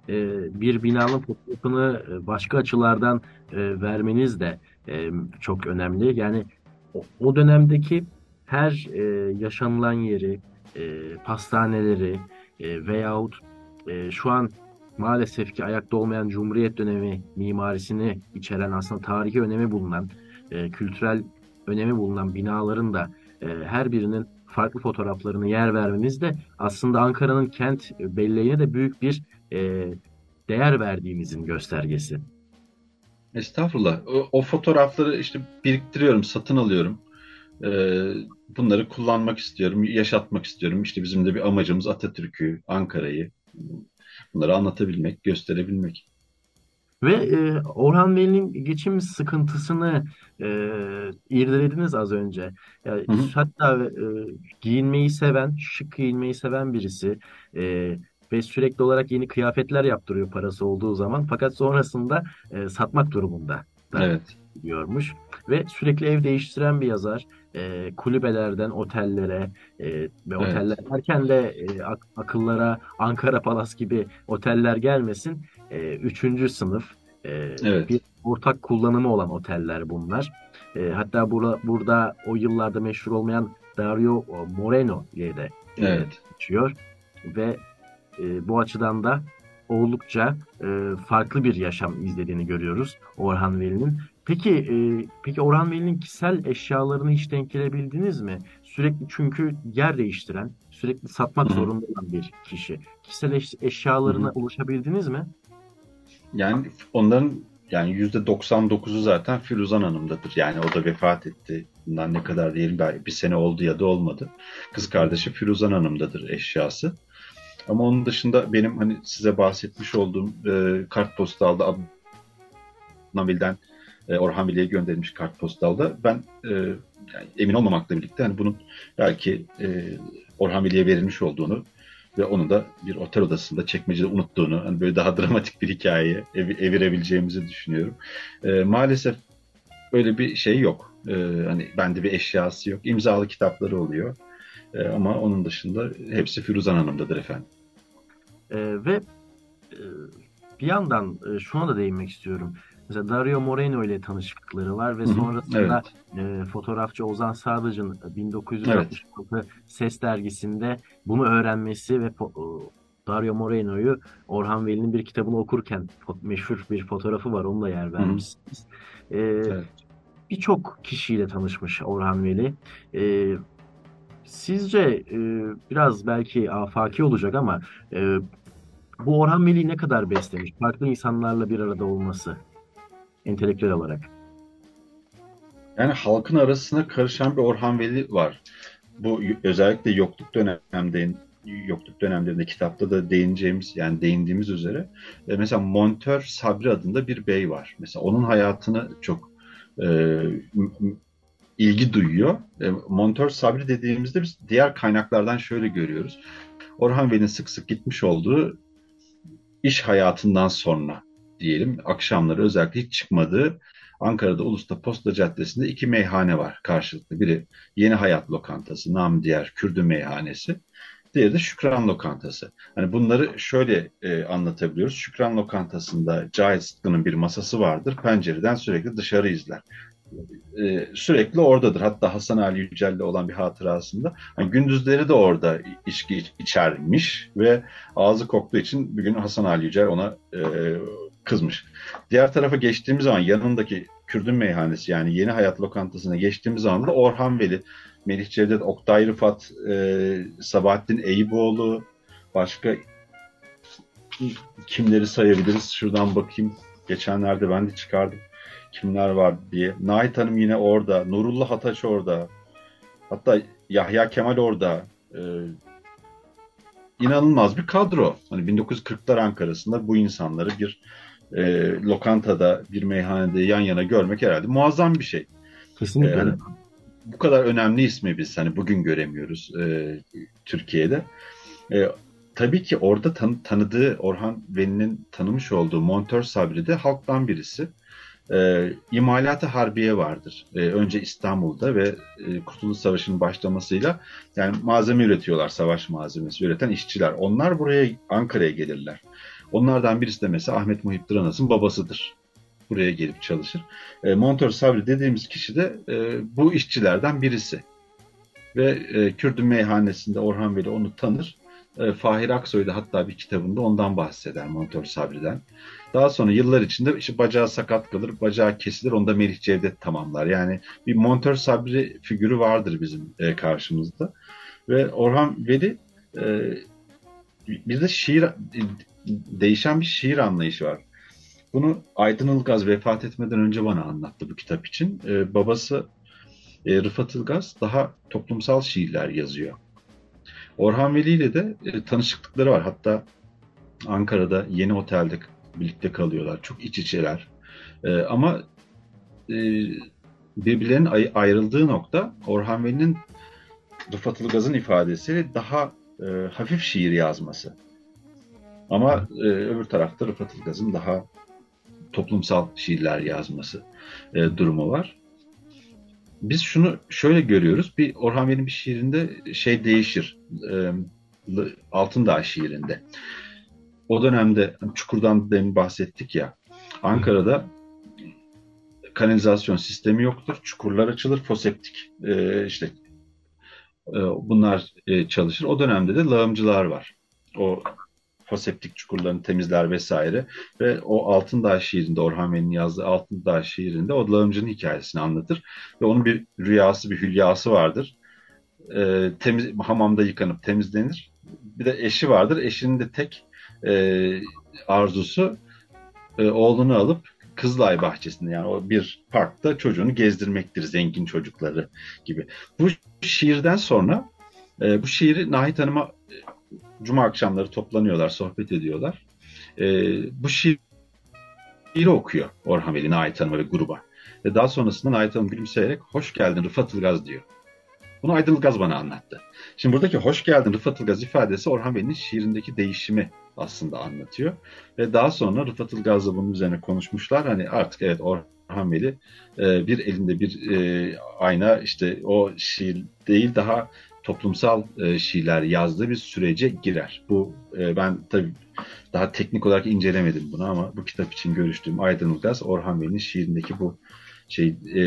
e, bir binanın fotoğrafını e, başka açılardan e, vermeniz de e, çok önemli. Yani o, o dönemdeki her e, yaşanılan yeri, e, pastaneleri e, veyahut e, şu an maalesef ki ayakta olmayan Cumhuriyet dönemi mimarisini içeren, aslında tarihi önemi bulunan, e, kültürel önemi bulunan binaların da e, her birinin farklı fotoğraflarını yer vermeniz de aslında Ankara'nın kent belleğine de büyük bir e, değer verdiğimizin göstergesi. Estağfurullah. O, o fotoğrafları işte biriktiriyorum, satın alıyorum. Ee, Bunları kullanmak istiyorum, yaşatmak istiyorum. İşte bizim de bir amacımız Atatürk'ü, Ankara'yı bunları anlatabilmek, gösterebilmek. Ve e, Orhan Veli'nin geçim sıkıntısını e, irdelediniz az önce. Yani, Hı hı. hatta e, giyinmeyi seven, şık giyinmeyi seven birisi e, ve sürekli olarak yeni kıyafetler yaptırıyor parası olduğu zaman. Fakat sonrasında e, satmak durumunda da Evet, diyormuş. Ve sürekli ev değiştiren bir yazar. E, kulübelerden otellere e, ve oteller evet, derken de e, ak- akıllara Ankara Palas gibi oteller gelmesin. E, üçüncü sınıf e, bir evet, ortak kullanımı olan oteller bunlar. E, hatta burada, burada o yıllarda meşhur olmayan Dario Moreno diye de e, evet. geçiyor. Ve e, bu açıdan da oldukça e, farklı bir yaşam izlediğini görüyoruz Orhan Veli'nin. Peki, e, peki Orhan Veli'nin kişisel eşyalarını hiç denk gelebildiniz mi? Sürekli, çünkü yer değiştiren, sürekli satmak Hı hı. zorunda olan bir kişi. Kişisel eş- Hı eşyalarına hı. ulaşabildiniz mi? Yani onların yani yüzde doksan dokuzu zaten Firuzan Hanım'dadır. Yani o da vefat etti. Bundan ne kadar diyelim belki bir sene oldu ya da olmadı. Kız kardeşi Firuzan Hanım'dadır eşyası. Ama onun dışında benim hani size bahsetmiş olduğum e, kartpostalda Nabil'den e, Orhan Veli'ye gönderilmiş kartpostalda ben e, yani emin olmamakla birlikte hani bunun belki e, Orhan Veli'ye verilmiş olduğunu ve onu da bir otel odasında çekmecede unuttuğunu hani böyle daha dramatik bir hikayeye ev, evirebileceğimizi düşünüyorum. E, maalesef öyle bir şey yok. E, hani bende bir eşyası yok. İmzalı kitapları oluyor. E, ama onun dışında hepsi Firuzan Hanım'dadır efendim. E, ve e, bir yandan e, şuna da değinmek istiyorum. Mesela Dario Moreno ile tanışıklıkları var ve Hı hı, sonrasında evet, e, fotoğrafçı Ozan Sadıç'ın evet, bin dokuz yüz altmış altı Ses dergisinde bunu öğrenmesi ve fo- e, Dario Moreno'yu Orhan Veli'nin bir kitabını okurken fo- meşhur bir fotoğrafı var. Onunla yer hı hı, vermişsiniz. E, evet. Birçok kişiyle tanışmış Orhan Veli. E, Sizce e, biraz belki afaki olacak ama e, bu Orhan Veli'yi ne kadar beslemiş? Farklı insanlarla bir arada olması, entelektüel olarak. Yani halkın arasına karışan bir Orhan Veli var. Bu özellikle yokluk dönemde yokluk dönemlerinde kitapta da değineceğimiz yani değindiğimiz üzere e, mesela Montör Sabri adında bir bey var. Mesela onun hayatını çok e, ilgi duyuyor. E, Montör Sabri dediğimizde biz diğer kaynaklardan şöyle görüyoruz. Orhan Veli'nin sık sık gitmiş olduğu iş hayatından sonra diyelim akşamları özellikle hiç çıkmadığı Ankara'da Ulus'ta Posta Caddesi'nde iki meyhane var karşılıklı. Biri Yeni Hayat Lokantası, namı diğer Kürdü Meyhanesi. Diğeri de Şükran Lokantası. Hani bunları şöyle e, anlatabiliyoruz. Şükran Lokantası'nda Cahit Sıtkı'nın bir masası vardır. Pencereden sürekli dışarı izler. E, sürekli oradadır. Hatta Hasan Ali Yücel'le olan bir hatırasında. Hani gündüzleri de orada içki iç- içermiş ve ağzı koktuğu için bir gün Hasan Ali Yücel ona e, kızmış. Diğer tarafa geçtiğimiz zaman yanındaki Kürdün Meyhanesi yani Yeni Hayat Lokantası'na geçtiğimiz zaman da Orhan Veli, Melih Cevdet, Oktay Rıfat, e, Sabahattin Eyüboğlu, başka kimleri sayabiliriz? Şuradan bakayım. Geçenlerde ben de çıkardım. Kimler var diye. Nahit Hanım yine orada. Nurullah Ataç orada. Hatta Yahya Kemal orada. Ee, inanılmaz bir kadro. Hani bin dokuz yüz kırklar Ankara'sında bu insanları bir e, lokantada, bir meyhanede yan yana görmek herhalde muazzam bir şey. Ee, Kesinlikle öyle. hani bu kadar önemli ismi biz hani bugün göremiyoruz e, Türkiye'de. E, tabii ki orada tan- tanıdığı Orhan Veli'nin tanımış olduğu Montör Sabri de halktan birisi. E, İmalat-ı Harbiye vardır. E, önce İstanbul'da ve e, Kurtuluş Savaşı'nın başlamasıyla yani malzeme üretiyorlar, savaş malzemesi üreten işçiler. Onlar buraya Ankara'ya gelirler. Onlardan birisi de mesela Ahmet Muhip Dranas'ın babasıdır. Buraya gelip çalışır. E, Montör Sabri dediğimiz kişi de e, bu işçilerden birisi. Ve e, Kürdün Meyhanesi'nde Orhan Veli onu tanır. E, Fahir Aksoy da hatta bir kitabında ondan bahseder, Montör Sabri'den. Daha sonra yıllar içinde işte bacağı sakat kalır, bacağı kesilir, onu da Melih Cevdet tamamlar. Yani bir Montör Sabri figürü vardır bizim e, karşımızda. Ve Orhan Veli e, bir de şiir, değişen bir şiir anlayışı var. Bunu Aydın Ilgaz vefat etmeden önce bana anlattı bu kitap için. E, babası e, Rıfat Ilgaz daha toplumsal şiirler yazıyor. Orhan Veli ile de e, tanışıklıkları var. Hatta Ankara'da Yeni Otel'de birlikte kalıyorlar. Çok iç içeler. E, ama e, birbirlerinin ay- ayrıldığı nokta Orhan Veli'nin Rıfat Ilgaz'ın ifadesiyle daha e, hafif şiir yazması. Ama e, öbür tarafta Rıfat Ilgaz'ın daha toplumsal şiirler yazması e, durumu var. Biz şunu şöyle görüyoruz. Bir Orhan Veli'nin bir şiirinde şey değişir. E, Altındağ şiirinde. O dönemde Çukur'dan demin bahsettik ya. Ankara'da kanalizasyon sistemi yoktur. Çukurlar açılır. Foseptik e, işte e, bunlar e, çalışır. O dönemde de lağımcılar var. O foseptik çukurlarını temizler vesaire. Ve o Altındağ şiirinde, Orhan Veli'nin yazdığı Altındağ şiirinde o lağımcının hikayesini anlatır. Ve onun bir rüyası, bir hülyası vardır. E, temiz, hamamda yıkanıp temizlenir. Bir de eşi vardır. Eşinin de tek e, arzusu e, oğlunu alıp Kızılay bahçesinde, yani o bir parkta çocuğunu gezdirmektir, zengin çocukları gibi. Bu şiirden sonra e, bu şiiri Nahit Hanım'a e, cuma akşamları toplanıyorlar, sohbet ediyorlar. E, bu şiiri okuyor Orhan Veli Nahit Hanım'a ve gruba. Ve daha sonrasında Nahit Hanım gülümseyerek hoş geldin Rıfat Ilgaz diyor. Bunu Aydın Ilgaz bana anlattı. Şimdi buradaki hoş geldin Rıfat Ilgaz ifadesi Orhan Veli'nin şiirindeki değişimi aslında anlatıyor. Ve daha sonra Rıfat Ilgaz'la bunun üzerine konuşmuşlar. Hani artık evet Orhan Veli e, bir elinde bir e, ayna, işte o şiir değil daha toplumsal e, şiirler yazdığı bir sürece girer. Bu e, ben tabii daha teknik olarak incelemedim bunu ama bu kitap için görüştüğüm Aydın Ilgaz Orhan Veli'nin şiirindeki bu şey e,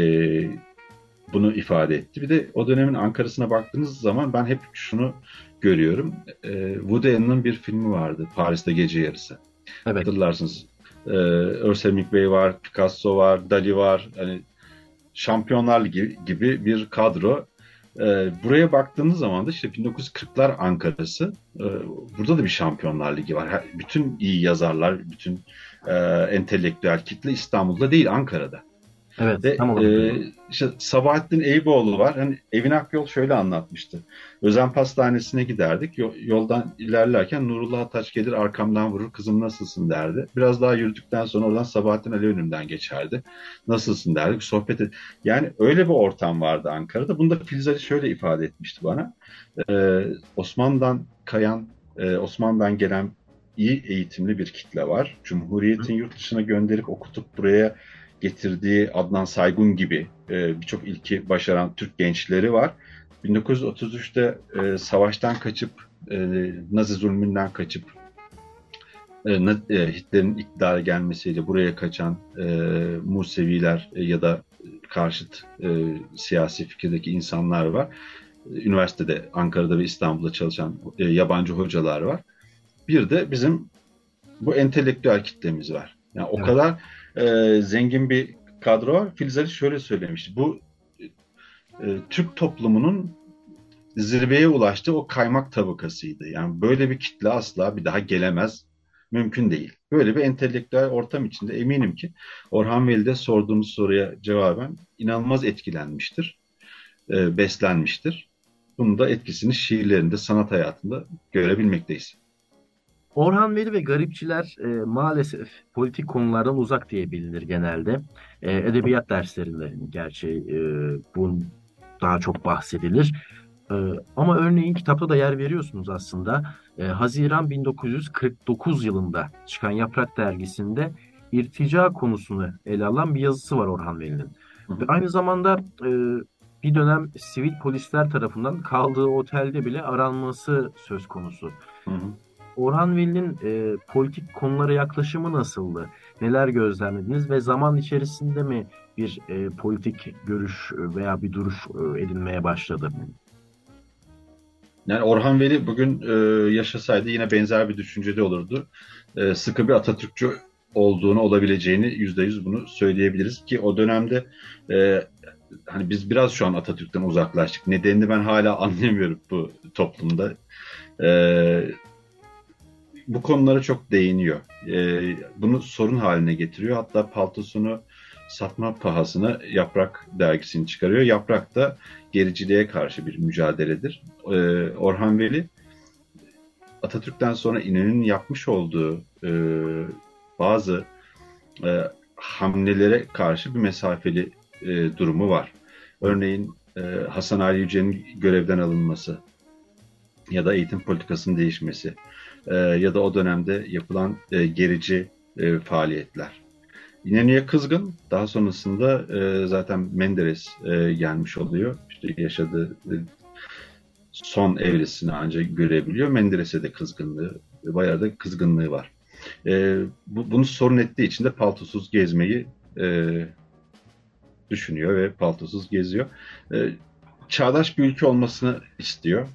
bunu ifade etti. Bir de o dönemin Ankara'sına baktığınız zaman ben hep şunu görüyorum. E, Woody Allen'ın bir filmi vardı, Paris'te Gece Yarısı. Evet. Hatırlarsınız. E, Ernest Hemingway var, Picasso var, Dali var. Hani Şampiyonlar Ligi gibi bir kadro. E, buraya baktığınız zaman da işte bin dokuz yüz kırklar Ankara'sı. E, burada da bir Şampiyonlar Ligi var. Bütün iyi yazarlar, bütün e, entelektüel kitle İstanbul'da değil, Ankara'da. Evet, Ve tam olarak e, öyle. işte Sabahattin Eyüboğlu var. Hani Evin Akyol şöyle anlatmıştı. Özen Pastanesi'ne giderdik. Yoldan ilerlerken Nurullah Ataç gelir arkamdan vurur. Kızım nasılsın derdi. Biraz daha yürüdükten sonra oradan Sabahattin Ali önümden geçerdi. Nasılsın derdik. Sohbet et. Yani öyle bir ortam vardı Ankara'da. Bunu da Filiz Ali şöyle ifade etmişti bana. Ee, Osmanlı'dan kayan, e, Osmanlı'dan gelen iyi eğitimli bir kitle var. Cumhuriyet'in yurt dışına gönderip okutup buraya getirdiği Adnan Saygun gibi e, birçok ilki başaran Türk gençleri var. bin dokuz yüz otuz üçte e, savaştan kaçıp, e, Nazi zulmünden kaçıp e, e, Hitler'in iktidara gelmesiyle buraya kaçan e, Museviler e, ya da karşıt e, siyasi fikirdeki insanlar var. Üniversitede, Ankara'da ve İstanbul'da çalışan e, yabancı hocalar var. Bir de bizim bu entelektüel kitlemiz var. Yani o Evet. kadar e, zengin bir kadro var. Filiz Ali şöyle söylemişti. Bu e, Türk toplumunun zirveye ulaştığı o kaymak tabakasıydı. Yani böyle bir kitle asla bir daha gelemez. Mümkün değil. Böyle bir entelektüel ortam içinde eminim ki Orhan Veli de sorduğunuz soruya cevaben inanılmaz etkilenmiştir. E, beslenmiştir. Bunun da etkisini şiirlerinde, sanat hayatında görebilmekteyiz. Orhan Veli ve Garipçiler e, maalesef politik konulardan uzak diye bilinir genelde. E, edebiyat derslerinde gerçi e, bu daha çok bahsedilir. E, ama örneğin kitapta da yer veriyorsunuz aslında. E, Haziran bin dokuz yüz kırk dokuz yılında çıkan Yaprak dergisinde irtica konusunu ele alan bir yazısı var Orhan Veli'nin. Hı Ve hı, aynı zamanda e, bir dönem sivil polisler tarafından kaldığı otelde bile aranması söz konusu. hı hı. Orhan Veli'nin e, politik konulara yaklaşımı nasıldı? Neler gözlemlediniz ve zaman içerisinde mi bir e, politik görüş veya bir duruş e, edinmeye başladı? Yani Orhan Veli bugün e, yaşasaydı yine benzer bir düşüncede olurdu. E, sıkı bir Atatürkçü olduğunu, olabileceğini yüzde yüz bunu söyleyebiliriz ki o dönemde e, hani biz biraz şu an Atatürk'ten uzaklaştık. Nedenini ben hala anlayamıyorum bu toplumda. E, Bu konulara çok değiniyor. E, bunu sorun haline getiriyor. Hatta paltosunu satma pahasına Yaprak dergisini çıkarıyor. Yaprak da gericiliğe karşı bir mücadeledir. E, Orhan Veli Atatürk'ten sonra İnönü'nün yapmış olduğu e, bazı e, hamlelere karşı bir mesafeli e, durumu var. Örneğin e, Hasan Ali Yücel'in görevden alınması ya da eğitim politikasının değişmesi e, ya da o dönemde yapılan e, gerici e, faaliyetler. İnönü'ye kızgın, daha sonrasında e, zaten Menderes e, gelmiş oluyor. İşte yaşadığı e, son evresini ancak görebiliyor. Menderes'e de kızgınlığı, bayağı da kızgınlığı var. E, bu, bunu sorun ettiği için de paltosuz gezmeyi e, düşünüyor ve paltosuz geziyor. E, Çağdaş bir ülke olmasını istiyor.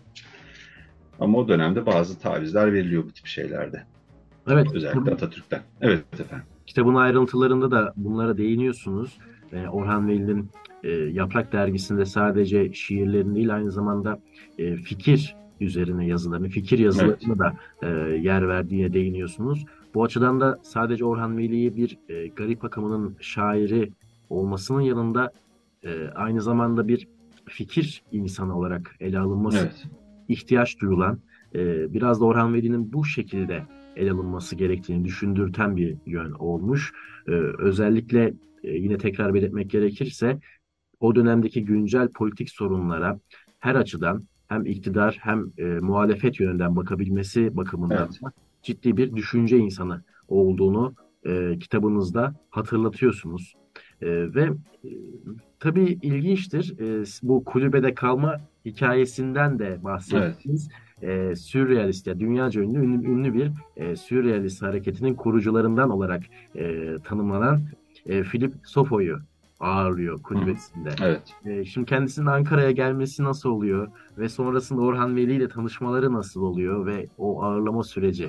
Ama o dönemde bazı tavizler veriliyor bu tip şeylerde. Evet, Özellikle Atatürk'ten. Evet efendim. kitabın ayrıntılarında da bunlara değiniyorsunuz. Ee, Orhan Veli'nin e, Yaprak Dergisi'nde sadece şiirlerin değil aynı zamanda e, fikir üzerine yazılarını, fikir Evet. yazılarına da e, yer verdiğine değiniyorsunuz. Bu açıdan da sadece Orhan Veli'yi bir e, garip akımının şairi olmasının yanında e, aynı zamanda bir fikir insanı olarak ele alınması Evet. ihtiyaç duyulan, e, biraz da Orhan Veli'nin bu şekilde ele alınması gerektiğini düşündürten bir yön olmuş. E, özellikle e, yine tekrar belirtmek gerekirse o dönemdeki güncel politik sorunlara her açıdan hem iktidar hem e, muhalefet yönünden bakabilmesi bakımından Evet. da ciddi bir düşünce insanı olduğunu e, kitabınızda hatırlatıyorsunuz. E, ve e, tabii ilginçtir. E, bu kulübede kalma hikayesinden de Evet. bahsettiniz. E, sürrealist ya dünyaca ünlü, ünlü, ünlü bir e, sürrealist hareketinin kurucularından olarak e, tanımlanan e, Philip Sofo'yu ağırlıyor Hı hı. kulübesinde. Evet. E, şimdi kendisinin Ankara'ya gelmesi nasıl oluyor ve sonrasında Orhan Veli ile tanışmaları nasıl oluyor ve o ağırlama süreci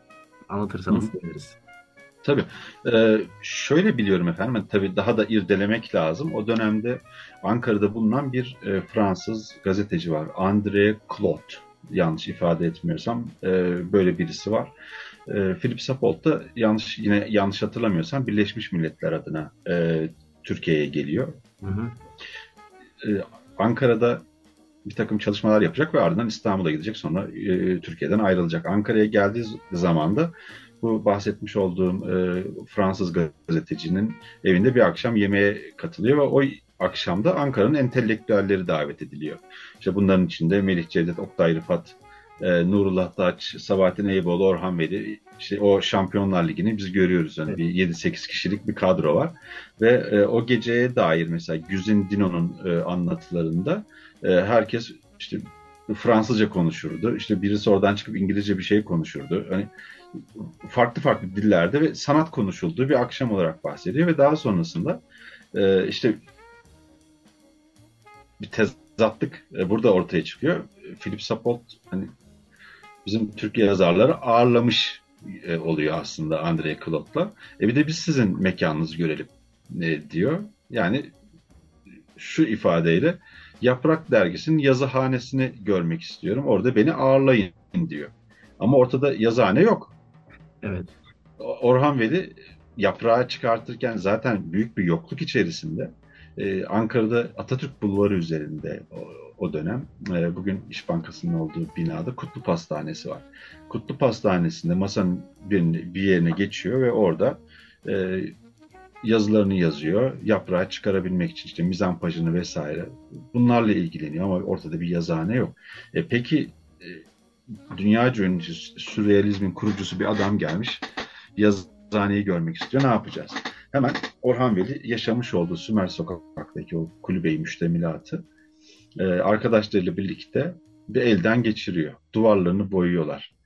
Hı anlatırsanız hı. seviniriz. Tabii. Ee, şöyle biliyorum efendim, hani tabii daha da irdelemek lazım. O dönemde Ankara'da bulunan bir e, Fransız gazeteci var. André Claude. Yanlış ifade etmiyorsam e, böyle birisi var. E, Philip Sapolta da yanlış yine yanlış hatırlamıyorsam Birleşmiş Milletler adına e, Türkiye'ye geliyor. Hı hı. E, Ankara'da bir takım çalışmalar yapacak ve ardından İstanbul'a gidecek. Sonra e, Türkiye'den ayrılacak. Ankara'ya geldiği zaman da bu bahsetmiş olduğum e, Fransız gazetecinin evinde bir akşam yemeğe katılıyor ve o akşamda Ankara'nın entelektüelleri davet ediliyor. İşte bunların içinde Melih Cevdet, Oktay Rıfat, e, Nurullah Taç, Sabahattin Eyüboğlu, Orhan Veli, işte o Şampiyonlar Ligi'ni biz görüyoruz. Yani Evet. bir yedi sekiz kişilik bir kadro var. Ve e, o geceye dair mesela Güzin Dino'nun e, anlatılarında e, herkes işte Fransızca konuşurdu. İşte birisi oradan çıkıp İngilizce bir şey konuşurdu. Hani farklı farklı dillerde ve sanat konuşulduğu bir akşam olarak bahsediyor ve daha sonrasında e, işte bir tezatlık e, burada ortaya çıkıyor. Philip Sapolta hani bizim Türkiye yazarları ağırlamış e, oluyor aslında André Claude'la. E bir de biz sizin mekanınızı görelim e, diyor. Yani şu ifadeyle Yaprak Dergisi'nin yazıhanesini görmek istiyorum. Orada beni ağırlayın diyor. Ama ortada yazıhane yok. Evet. Orhan Veli yaprağı çıkartırken zaten büyük bir yokluk içerisinde. Ee, Ankara'da Atatürk Bulvarı üzerinde o, o dönem e, bugün İş Bankası'nın olduğu binada Kutlu Pastanesi var. Kutlu Pastanesi'nde masanın birini, bir yerine geçiyor ve orada e, yazılarını yazıyor. Yaprağı çıkarabilmek için işte mizampajını vesaire bunlarla ilgileniyor ama ortada bir yazıhane yok. E, peki e, dünyaca ünlü sürrealizmin kurucusu bir adam gelmiş. Yazıhaneyi görmek istiyor. Ne yapacağız? Hemen Orhan Veli yaşamış olduğu Sümer Sokak'taki o kulübeyi müştemilatı e, arkadaşlarıyla birlikte bir elden geçiriyor. Duvarlarını boyuyorlar.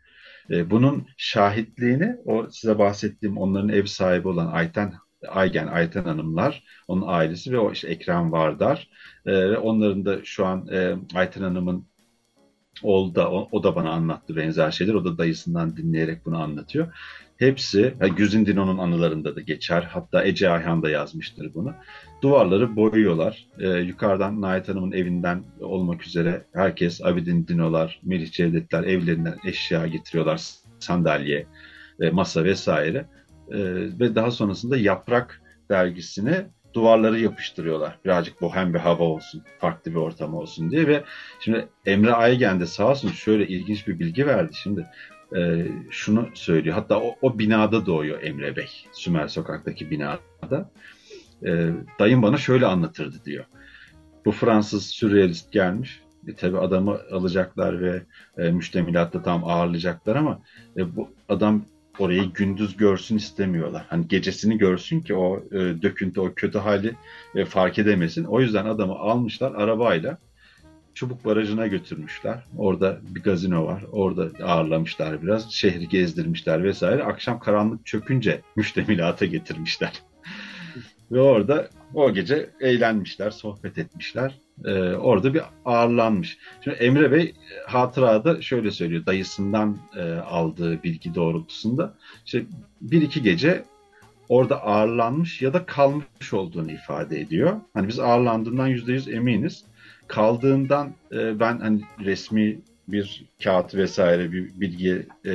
E, bunun şahitliğini o size bahsettiğim onların ev sahibi olan Ayten Aygen, Ayten Hanımlar, onun ailesi ve o işte Ekrem Vardar e, ve onların da şu an e, Ayten Hanım'ın oğlu da o, o da bana anlattı benzer şeyler. O da dayısından dinleyerek bunu anlatıyor. Hepsi, yani Güzin Dino'nun anılarında da geçer. Hatta Ece Ayhan da yazmıştır bunu. Duvarları boyuyorlar. Ee, yukarıdan Nait Hanım'ın evinden olmak üzere herkes, Abidin Dino'lar, Melih Cevdetler evlerinden eşya getiriyorlar. Sandalye, e, masa vesaire. E, ve daha sonrasında Yaprak dergisine duvarları yapıştırıyorlar. Birazcık bohem bir hava olsun, farklı bir ortam olsun diye ve şimdi Emre Aygen de sağ olsun şöyle ilginç bir bilgi verdi. Şimdi e, şunu söylüyor. Hatta o, o binada doğuyor Emre Bey. Sümer Sokak'taki binada. E, dayım bana şöyle anlatırdı diyor. Bu Fransız sürrealist gelmiş. E, tabii adamı alacaklar ve e, müştemilatta tam ağırlayacaklar ama e, bu adam orayı gündüz görsün istemiyorlar. Hani gecesini görsün ki o e, döküntü, o kötü hali e, fark edemesin. O yüzden adamı almışlar arabayla Çubuk Barajı'na götürmüşler. Orada bir gazino var. Orada ağırlamışlar biraz. Şehri gezdirmişler vesaire. Akşam karanlık çökünce müştemilata getirmişler. Ve orada o gece eğlenmişler, sohbet etmişler. Ee, orada bir ağırlanmış. Şimdi Emre Bey hatırada şöyle söylüyor. Dayısından e, aldığı bilgi doğrultusunda. İşte bir iki gece orada ağırlanmış ya da kalmış olduğunu ifade ediyor. Hani biz ağırlandığından yüzde yüz eminiz. Kaldığından e, ben hani resmi bir kağıt vesaire bir bilgi e,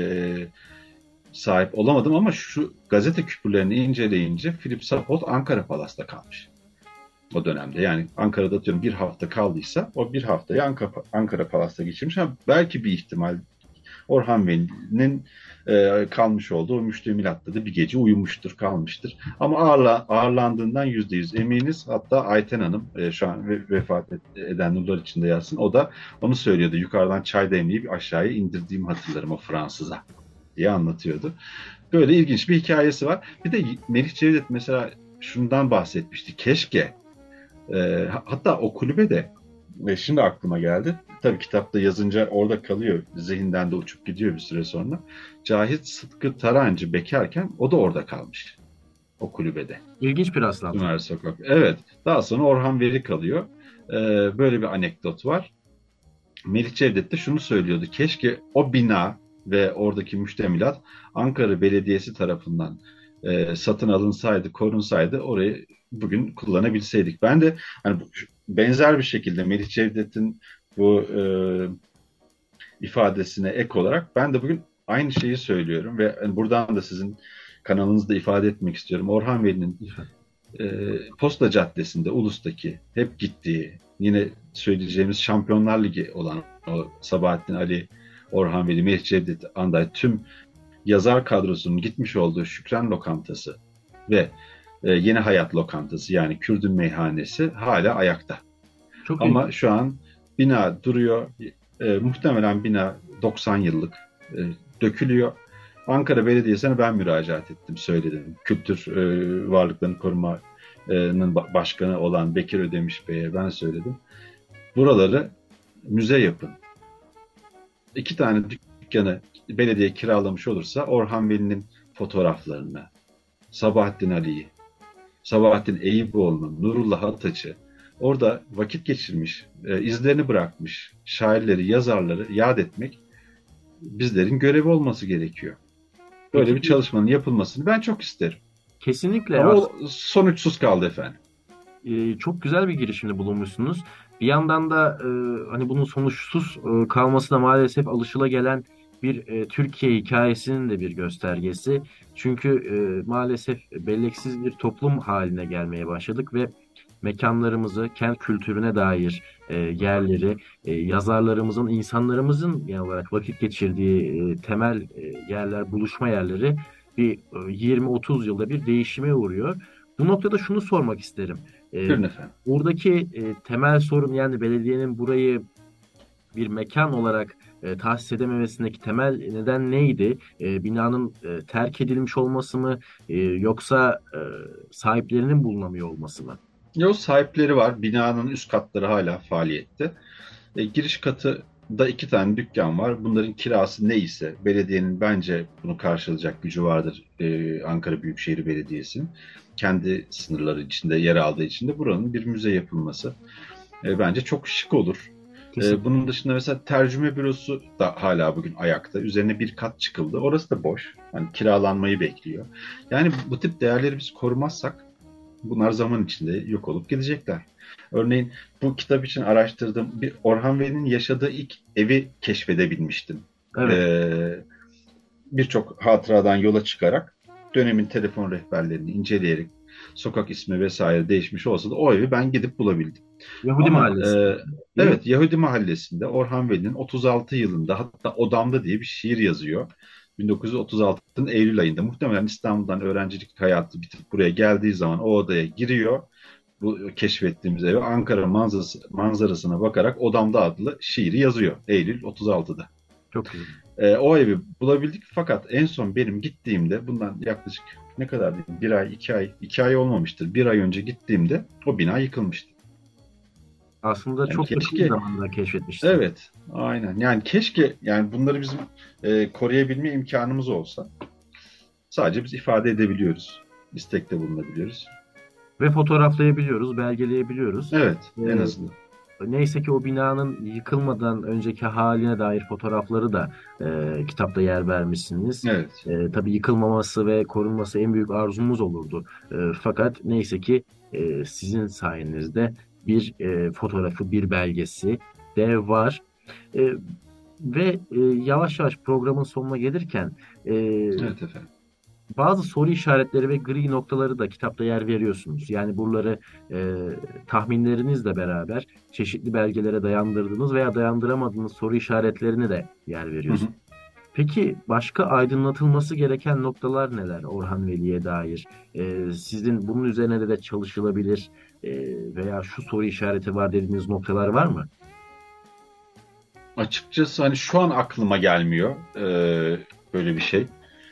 sahip olamadım ama şu gazete küpürlerini inceleyince Philip Sapot Ankara Palas'ta kalmış o dönemde. Yani Ankara'da atıyorum bir hafta kaldıysa o bir haftayı Ankara, Ankara Palas'ta geçirmiş. Ha, belki bir ihtimal Orhan Veli'nin e, kalmış olduğu o müştemilatta da bir gece uyumuştur, kalmıştır. Ama ağırla, ağırlandığından yüzde yüz eminiz. Hatta Ayten Hanım e, şu an ve, vefat eden nurlar içinde yatsın. O da onu söylüyordu. Yukarıdan çay demleyip aşağıya indirdiğimi hatırlarım o Fransız'a diye anlatıyordu. Böyle ilginç bir hikayesi var. Bir de Melih Cevdet mesela şundan bahsetmişti. Keşke e, hatta o kulübe de ve şimdi aklıma geldi. Tabii kitapta yazınca orada kalıyor. Zihinden de uçup gidiyor bir süre sonra. Cahit Sıtkı Tarancı bekarken o da orada kalmış. O kulübede. İlginç bir rastlantı. Sümer Sokak. Evet. Daha sonra Orhan Veli kalıyor. Ee, böyle bir anekdot var. Melih Cevdet de şunu söylüyordu. Keşke o bina ve oradaki müştemilat Ankara Belediyesi tarafından e, satın alınsaydı, korunsaydı orayı bugün kullanabilseydik. Ben de hani benzer bir şekilde Melih Cevdet'in bu e, ifadesine ek olarak ben de bugün aynı şeyi söylüyorum ve hani buradan da sizin kanalınızda ifade etmek istiyorum. Orhan Veli'nin e, Posta Caddesi'nde Ulus'taki hep gittiği yine söyleyeceğimiz Şampiyonlar Ligi olan o Sabahattin Ali, Orhan Veli, Melih Cevdet, Anday tüm yazar kadrosunun gitmiş olduğu Şükran Lokantası ve e, Yeni Hayat Lokantası yani Kürdün Meyhanesi hala ayakta. Çok Ama ilginç. şu an bina duruyor. E, muhtemelen bina doksan yıllık e, dökülüyor. Ankara Belediyesi'ne ben müracaat ettim, söyledim. Kültür e, Varlıklarını Koruma'nın başkanı olan Bekir Ödemiş Bey'e ben söyledim. Buraları müze yapın. İki tane dükkanı belediye kiralamış olursa Orhan Veli'nin fotoğraflarını, Sabahattin Ali'yi, Sabahattin Eyüboğlu'nu, Nurullah Ataç'ı orada vakit geçirmiş, e, izlerini bırakmış şairleri, yazarları yad etmek bizlerin görevi olması gerekiyor. Böyle Peki bir çalışmanın yapılmasını ben çok isterim. kesinlikle Ama as- o sonuçsuz kaldı efendim. e, çok güzel bir girişimde bulunmuşsunuz. Bir yandan da e, hani bunun sonuçsuz e, kalması da maalesef alışılagelen bir e, Türkiye hikayesinin de bir göstergesi. Çünkü e, maalesef belleksiz bir toplum haline gelmeye başladık ve mekanlarımızı, kent kültürüne dair e, yerleri, e, yazarlarımızın, insanlarımızın genel olarak vakit geçirdiği e, temel e, yerler, buluşma yerleri bir e, yirmi otuz yılda bir değişime uğruyor. Bu noktada şunu sormak isterim. E, Buyurun efendim. Buradaki e, temel sorun yani belediyenin burayı bir mekan olarak e, tahsis edememesindeki temel neden neydi? E, binanın e, terk edilmiş olması mı, e, yoksa e, sahiplerinin bulunamıyor olması mı? Yol sahipleri var. Binanın üst katları hala faaliyette. E, giriş katı da iki tane dükkan var. Bunların kirası neyse, belediyenin bence bunu karşılayacak gücü vardır. Ee, Ankara Büyükşehir Belediyesi'nin kendi sınırları içinde yer aldığı için de buranın bir müze yapılması e, bence çok şık olur. E, Kesinlikle. bunun dışında mesela tercüme bürosu da hala bugün ayakta. Üzerine bir kat çıkıldı. Orası da boş. Hani kiralanmayı bekliyor. Yani bu tip değerleri biz korumazsak bunlar zaman içinde yok olup gidecekler. Örneğin bu kitap için araştırdığım bir Orhan Veli'nin yaşadığı ilk evi keşfedebilmiştim. Evet. Ee, Birçok hatıradan yola çıkarak dönemin telefon rehberlerini inceleyerek sokak ismi vesaire değişmiş olsa da o evi ben gidip bulabildim. Yahudi Ama Mahallesi, e, değil mi? evet, Yahudi Mahallesi'nde Orhan Veli'nin otuz altı yılında, hatta Odamda diye bir şiir yazıyor. bin dokuz yüz otuz altının Eylül ayında muhtemelen İstanbul'dan öğrencilik hayatı bitip buraya geldiği zaman o odaya giriyor. Bu keşfettiğimiz eve Ankara manzarası, manzarasına bakarak Odamda adlı şiiri yazıyor Eylül otuz altıda. Çok güzel. E, o evi bulabildik fakat en son benim gittiğimde bundan yaklaşık ne kadar diyeyim, bir ay, iki ay, iki ay olmamıştır. Bir ay önce gittiğimde o bina yıkılmıştı. Aslında Yani çok yakın bir keşke, zamanda keşfetmişsin. evet, aynen. Yani keşke yani bunları bizim e, koruyabilme imkanımız olsa. Sadece biz ifade edebiliyoruz. İstekte bulunabiliyoruz. Ve fotoğraflayabiliyoruz, belgeleyebiliyoruz. Evet, en Ee, azından. Neyse ki o binanın yıkılmadan önceki haline dair fotoğrafları da e, kitapta yer vermişsiniz. Evet. E, tabii yıkılmaması ve korunması en büyük arzumuz olurdu. E, fakat neyse ki e, sizin sayenizde bir e, fotoğrafı, bir belgesi de var. E, Ve e, yavaş yavaş programın sonuna gelirken e, Evet efendim. bazı soru işaretleri ve gri noktaları da kitapta yer veriyorsunuz. Yani buraları e, tahminlerinizle beraber çeşitli belgelere dayandırdığınız veya dayandıramadığınız soru işaretlerini de yer Hı hı. veriyorsunuz. Peki başka aydınlatılması gereken noktalar neler Orhan Veli'ye dair? E, sizin bunun üzerine de, de çalışılabilir e, veya şu soru işareti var dediğiniz noktalar var mı? Açıkçası hani şu an aklıma gelmiyor e, böyle bir şey.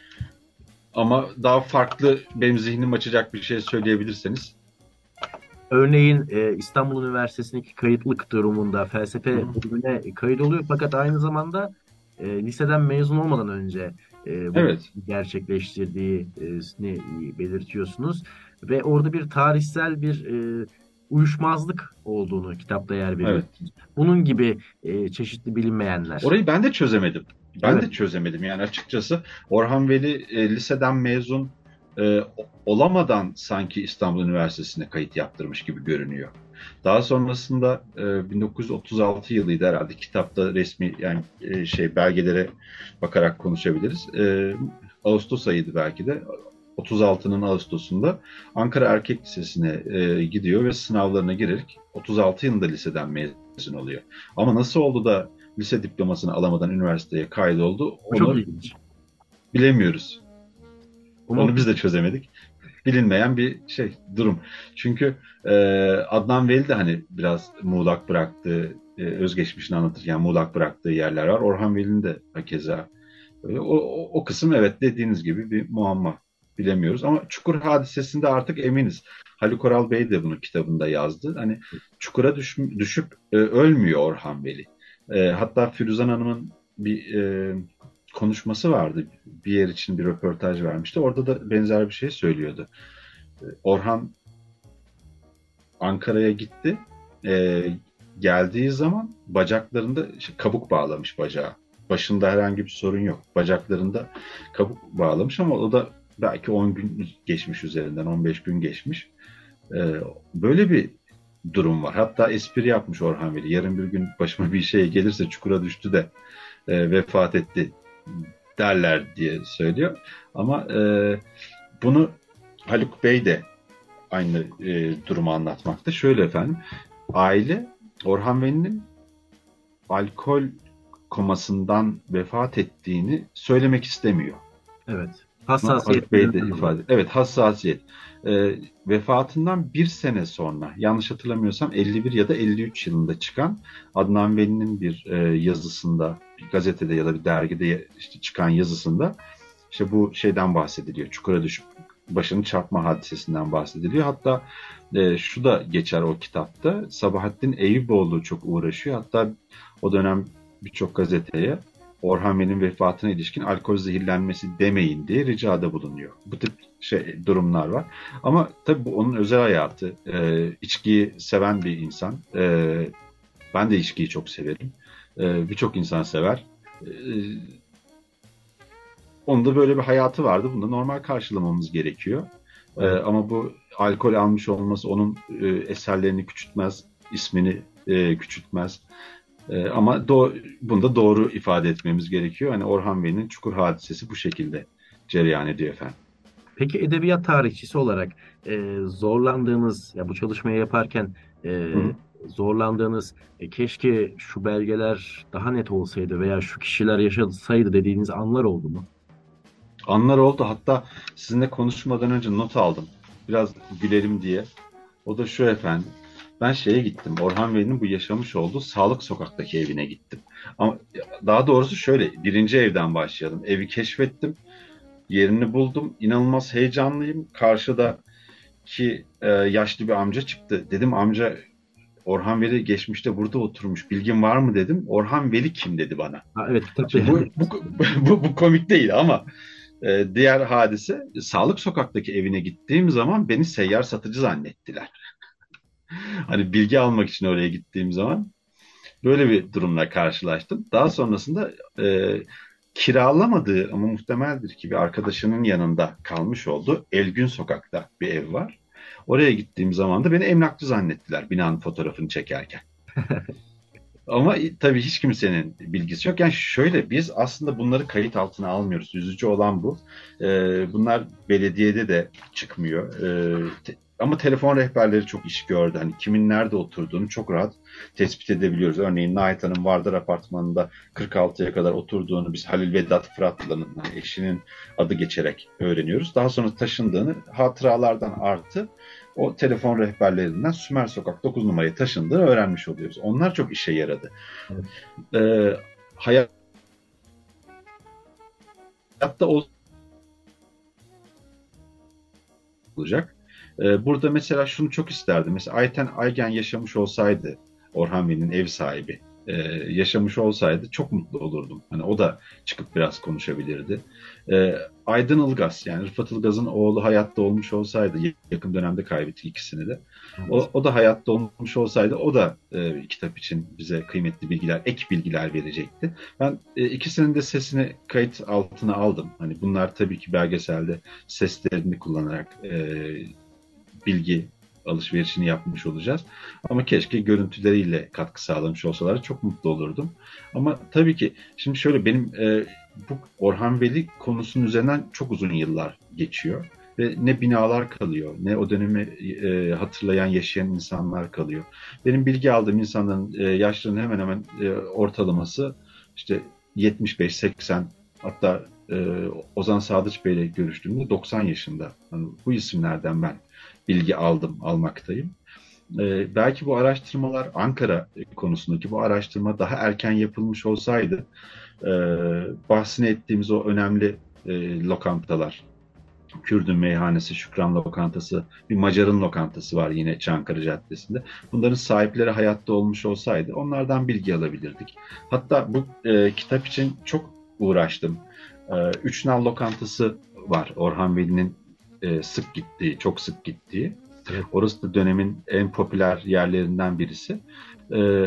Ama daha farklı, benim zihnimi açacak bir şey söyleyebilirseniz. Örneğin e, İstanbul Üniversitesi'ndeki kayıtlık durumunda Hı felsefe hı. bölümüne kayıt oluyor fakat aynı zamanda e, liseden mezun olmadan önce e, bunu Evet, gerçekleştirdiğini belirtiyorsunuz ve orada bir tarihsel bir e, uyuşmazlık olduğunu kitapta yer evet. veriyorsunuz. Bunun gibi e, çeşitli bilinmeyenler. Orayı ben de çözemedim. Ben Evet, de çözemedim yani açıkçası. Orhan Veli e, liseden mezun e, olamadan sanki İstanbul Üniversitesi'ne kayıt yaptırmış gibi görünüyor. Daha sonrasında e, bin dokuz yüz otuz altı yılıydı herhalde. Kitapta resmi yani e, şey belgelere bakarak konuşabiliriz. E, Ağustos ayıydı belki de. otuz altının Ağustos'unda Ankara Erkek Lisesi'ne e, gidiyor ve sınavlarına girerek otuz altı yılında liseden mezun oluyor. Ama nasıl oldu da lise diplomasını alamadan üniversiteye kaydoldu bu çok onu ilginç. bilemiyoruz. Bu Onu nokta biz de çözemedik. Bilinmeyen bir şey, durum. Çünkü e, Adnan Veli de hani biraz muğlak bıraktığı, e, özgeçmişini anlatırken muğlak bıraktığı yerler var. Orhan Veli'nin de hakeza öyle. O, o, o kısım evet dediğiniz gibi bir muamma. Bilemiyoruz ama Çukur hadisesinde artık eminiz. Haluk Oral Bey de bunu kitabında yazdı. Hani çukura düş, düşüp e, ölmüyor Orhan Veli. E, hatta Firuzan Hanım'ın bir e, konuşması vardı. Bir yer için bir röportaj vermişti. Orada da benzer bir şey söylüyordu. Orhan Ankara'ya gitti. E, Geldiği zaman bacaklarında işte kabuk bağlamış bacağı. Başında herhangi bir sorun yok. Bacaklarında kabuk bağlamış ama o da belki on gün geçmiş üzerinden, on beş gün geçmiş. E, Böyle bir durum var. Hatta espri yapmış Orhan Veli. Yarın bir gün başıma bir şey gelirse çukura düştü de e, vefat etti derler diye söylüyor. Ama e, bunu Haluk Bey de aynı e, durumu anlatmakta. Şöyle efendim, aile Orhan Veli'nin alkol komasından vefat ettiğini söylemek istemiyor. evet. Bunu Haluk Bey de Hassasiyetlerinden dolayı. ifade. Evet, hassasiyet. E, Vefatından bir sene sonra, yanlış hatırlamıyorsam elli bir ya da elli üç yılında çıkan Adnan Veli'nin bir e, yazısında, bir gazetede ya da bir dergide işte çıkan yazısında işte bu şeyden bahsediliyor. Çukura düşüp başını çarpma hadisesinden bahsediliyor. Hatta e, şu da geçer o kitapta. Sabahattin Eyüboğlu çok uğraşıyor. Hatta o dönem birçok gazeteye Orhan Veli'nin vefatına ilişkin alkol zehirlenmesi demeyin diye ricada bulunuyor. Bu tip şey durumlar var. Ama tabii bu onun özel hayatı. E, içkiyi seven bir insan. E, ben de içkiyi çok severim. E, Birçok insan sever. E, Onun da böyle bir hayatı vardı. Bunu da normal karşılamamız gerekiyor. E, Evet. ama bu alkol almış olması onun e, eserlerini küçültmez, ismini e, küçültmez. Ee, ama do bunu da doğru ifade etmemiz gerekiyor. Hani Orhan Veli'nin Çukur hadisesi bu şekilde cereyan ediyor efendim. Peki edebiyat tarihçisi olarak e, zorlandığınız, ya bu çalışmayı yaparken e, Hı hı. zorlandığınız, e, keşke şu belgeler daha net olsaydı veya şu kişiler yaşasaydı dediğiniz anlar oldu mu? Anlar oldu. Hatta sizinle konuşmadan önce not aldım. Biraz gülelim diye. O da şu efendim. Ben şeye gittim. Orhan Veli'nin bu yaşamış olduğu Sağlık Sokak'taki evine gittim. Ama daha doğrusu şöyle. Birinci evden başlayalım. Evi keşfettim. Yerini buldum. İnanılmaz heyecanlıyım. Karşıdaki e, yaşlı bir amca çıktı. Dedim amca Orhan Veli geçmişte burada oturmuş. Bilgin var mı dedim. Orhan Veli kim dedi bana. Ha, evet, kitapta Şimdi bu yani. bu bu, bu komik değil ama e, diğer hadise Sağlık Sokak'taki evine gittiğim zaman beni seyyar satıcı zannettiler. Hani bilgi almak için oraya gittiğim zaman böyle bir durumla karşılaştım. Daha sonrasında e, kiralamadığı ama muhtemeldir ki bir arkadaşının yanında kalmış olduğu Elgün Sokak'ta bir ev var. Oraya gittiğim zaman da beni emlakçı zannettiler binanın fotoğrafını çekerken. Ama tabii hiç kimsenin bilgisi yok. Yani şöyle biz aslında bunları kayıt altına almıyoruz. Üzücü olan bu. Ee, bunlar belediyede de çıkmıyor. Ee, te- ama telefon rehberleri çok iş gördü. Hani kimin nerede oturduğunu çok rahat tespit edebiliyoruz. Örneğin Nahit Hanım Vardar Apartmanı'nda kırk altıya kadar oturduğunu biz Halil Vedat Fıratlı'nın hani eşinin adı geçerek öğreniyoruz. Daha sonra taşındığını hatıralardan artı o telefon rehberlerinden Sümer Sokak dokuz numaraya taşındığını öğrenmiş oluyoruz. Onlar çok işe yaradı. Evet. Ee, Hayatta olacak. Ee, burada mesela şunu çok isterdim. Mesela Ayten Aygen yaşamış olsaydı, Orhan Veli'nin ev sahibi e, yaşamış olsaydı çok mutlu olurdum. Hani o da çıkıp biraz konuşabilirdi. Ee, Aydın Ilgaz yani Rıfat Ilgaz'ın oğlu hayatta olmuş olsaydı yakın dönemde kaybettik ikisini de. O, o da hayatta olmuş olsaydı o da e, kitap için bize kıymetli bilgiler, ek bilgiler verecekti. Ben e, ikisinin de sesini kayıt altına aldım. Hani bunlar tabii ki belgeselde seslerini kullanarak e, bilgi alışverişini yapmış olacağız. Ama keşke görüntüleriyle katkı sağlamış olsalar çok mutlu olurdum. Ama tabii ki şimdi şöyle benim e, bu Orhan Veli konusunun üzerinden çok uzun yıllar geçiyor. Ve ne binalar kalıyor, ne o dönemi e, hatırlayan, yaşayan insanlar kalıyor. Benim bilgi aldığım insanların e, yaşlarının hemen hemen e, ortalaması işte yetmiş beş seksen hatta e, Ozan Sadıç Bey ile görüştüğümde doksan yaşında. Yani bu isimlerden ben bilgi aldım, almaktayım. Ee, belki bu araştırmalar Ankara konusundaki bu araştırma daha erken yapılmış olsaydı e, bahsini ettiğimiz o önemli e, lokantalar, Kürdün Meyhanesi, Şükran Lokantası, bir Macar'ın lokantası var yine Çankırı Caddesi'nde. Bunların sahipleri hayatta olmuş olsaydı onlardan bilgi alabilirdik. Hatta bu e, kitap için çok uğraştım. E, Üç Nal Lokantası var Orhan Veli'nin e, sık gittiği, çok sık gittiği. Evet. Orası da dönemin en popüler yerlerinden birisi. E,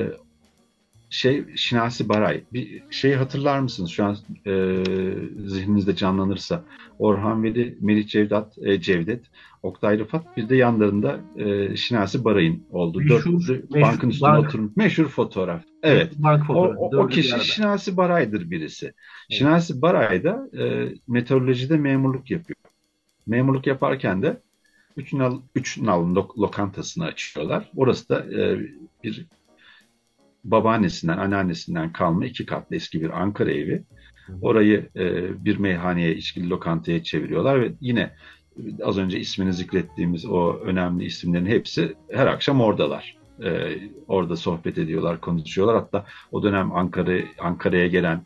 şey Şinasi Baray. Bir şeyi hatırlar mısınız? Şu an e, zihninizde canlanırsa. Orhan Veli, Melih Cevdet, e, Cevdet, Oktay Rıfat bir de yanlarında e, Şinasi Baray'ın olduğu Meşhur, dörtlü meşhur bankın üstüne bank, oturmuş meşhur fotoğraf. evet, Evet. bank O, fotoğrafı. o, o Dördü bir kişi arada. Şinasi Baray'dır birisi. Evet. Şinasi Baray da e, meteorolojide memurluk yapıyor. Memurluk yaparken de Üç Nal, Üç Nal lok- lokantasını açıyorlar. Orası da e, bir babaannesinden, anneannesinden kalma iki katlı eski bir Ankara evi. Hı hı. Orayı e, bir meyhaneye, içkili lokantaya çeviriyorlar ve yine az önce ismini zikrettiğimiz o önemli isimlerin hepsi her akşam oradalar. E, orada sohbet ediyorlar, konuşuyorlar. Hatta o dönem Ankara Ankara'ya gelen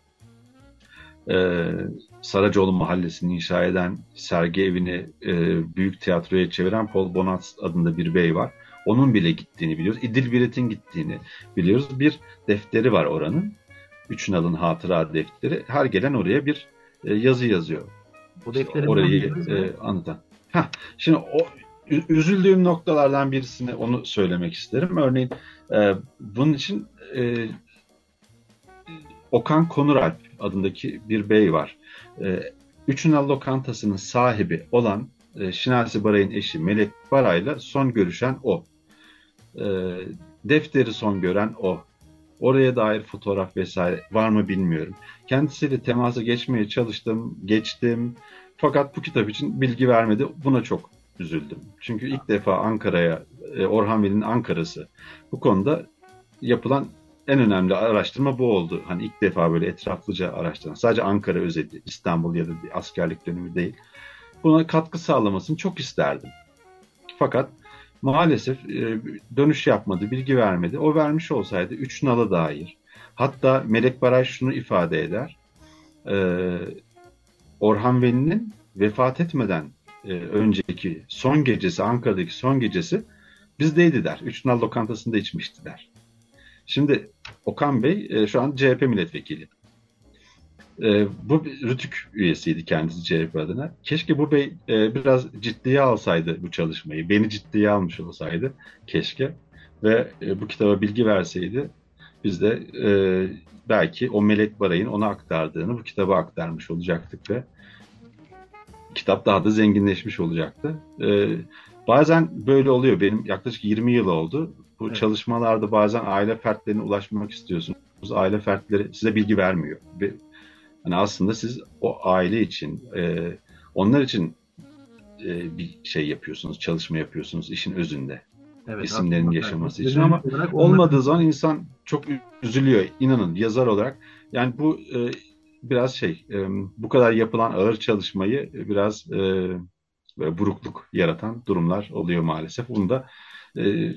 e, Saracoğlu Mahallesi'ni inşa eden sergi evini e, büyük tiyatroya çeviren Paul Bonat adında bir bey var. Onun bile gittiğini biliyoruz. İdil Biret'in gittiğini biliyoruz. Bir defteri var oranın. Üç Nal'ın hatıra defteri. Her gelen oraya bir e, yazı yazıyor. O İşte defteri orayı bulabildiniz mi? e, anlatan. Heh, şimdi o ü- üzüldüğüm noktalardan birisini onu söylemek isterim. Örneğin e, bunun için e, Okan Konuralp adındaki bir bey var. E, Üç Nal lokantasının sahibi olan e, Şinasi Baray'ın eşi Melek Baray'la son görüşen o. E, Defteri son gören o. Oraya dair fotoğraf vesaire var mı bilmiyorum. Kendisiyle temasa geçmeye çalıştım, geçtim. Fakat bu kitap için bilgi vermedi. Buna çok üzüldüm. Çünkü ilk defa Ankara'ya, e, Orhan Veli'nin Ankara'sı bu konuda yapılan en önemli araştırma bu oldu. Hani ilk defa böyle etraflıca araştıran, sadece Ankara özeli, İstanbul ya da bir askerlik dönemi değil. Buna katkı sağlamasını çok isterdim. Fakat maalesef e, dönüş yapmadı, bilgi vermedi. O vermiş olsaydı üç nala dair. Hatta Melek Baray şunu ifade eder. E, Orhan Veli'nin vefat etmeden e, önceki son gecesi, Ankara'daki son gecesi bizdeydi der. Üç Nal lokantasında içmişti der. Şimdi Okan Bey e, şu an C H P milletvekili. E, bu Rütük üyesiydi kendisi C H P adına. Keşke bu bey e, biraz ciddiye alsaydı bu çalışmayı. Beni ciddiye almış olsaydı keşke. Ve e, bu kitaba bilgi verseydi biz de e, belki o Melek Baray'ın ona aktardığını bu kitaba aktarmış olacaktık ve kitap daha da zenginleşmiş olacaktı. E, bazen böyle oluyor. Benim yaklaşık yirmi yıl oldu. Bu Evet. çalışmalarda bazen aile fertlerine ulaşmak istiyorsunuz. Aile fertleri size bilgi vermiyor. Ve hani aslında siz o aile için, e, onlar için e, bir şey yapıyorsunuz, çalışma yapıyorsunuz işin özünde. Evet, İsimlerin aslında yaşaması için gönüllü ama olarak onları olmadığı zaman insan çok üzülüyor. İnanın yazar olarak. Yani bu e, biraz şey, e, bu kadar yapılan ağır çalışmayı biraz e, böyle burukluk yaratan durumlar oluyor maalesef. Bunu da e,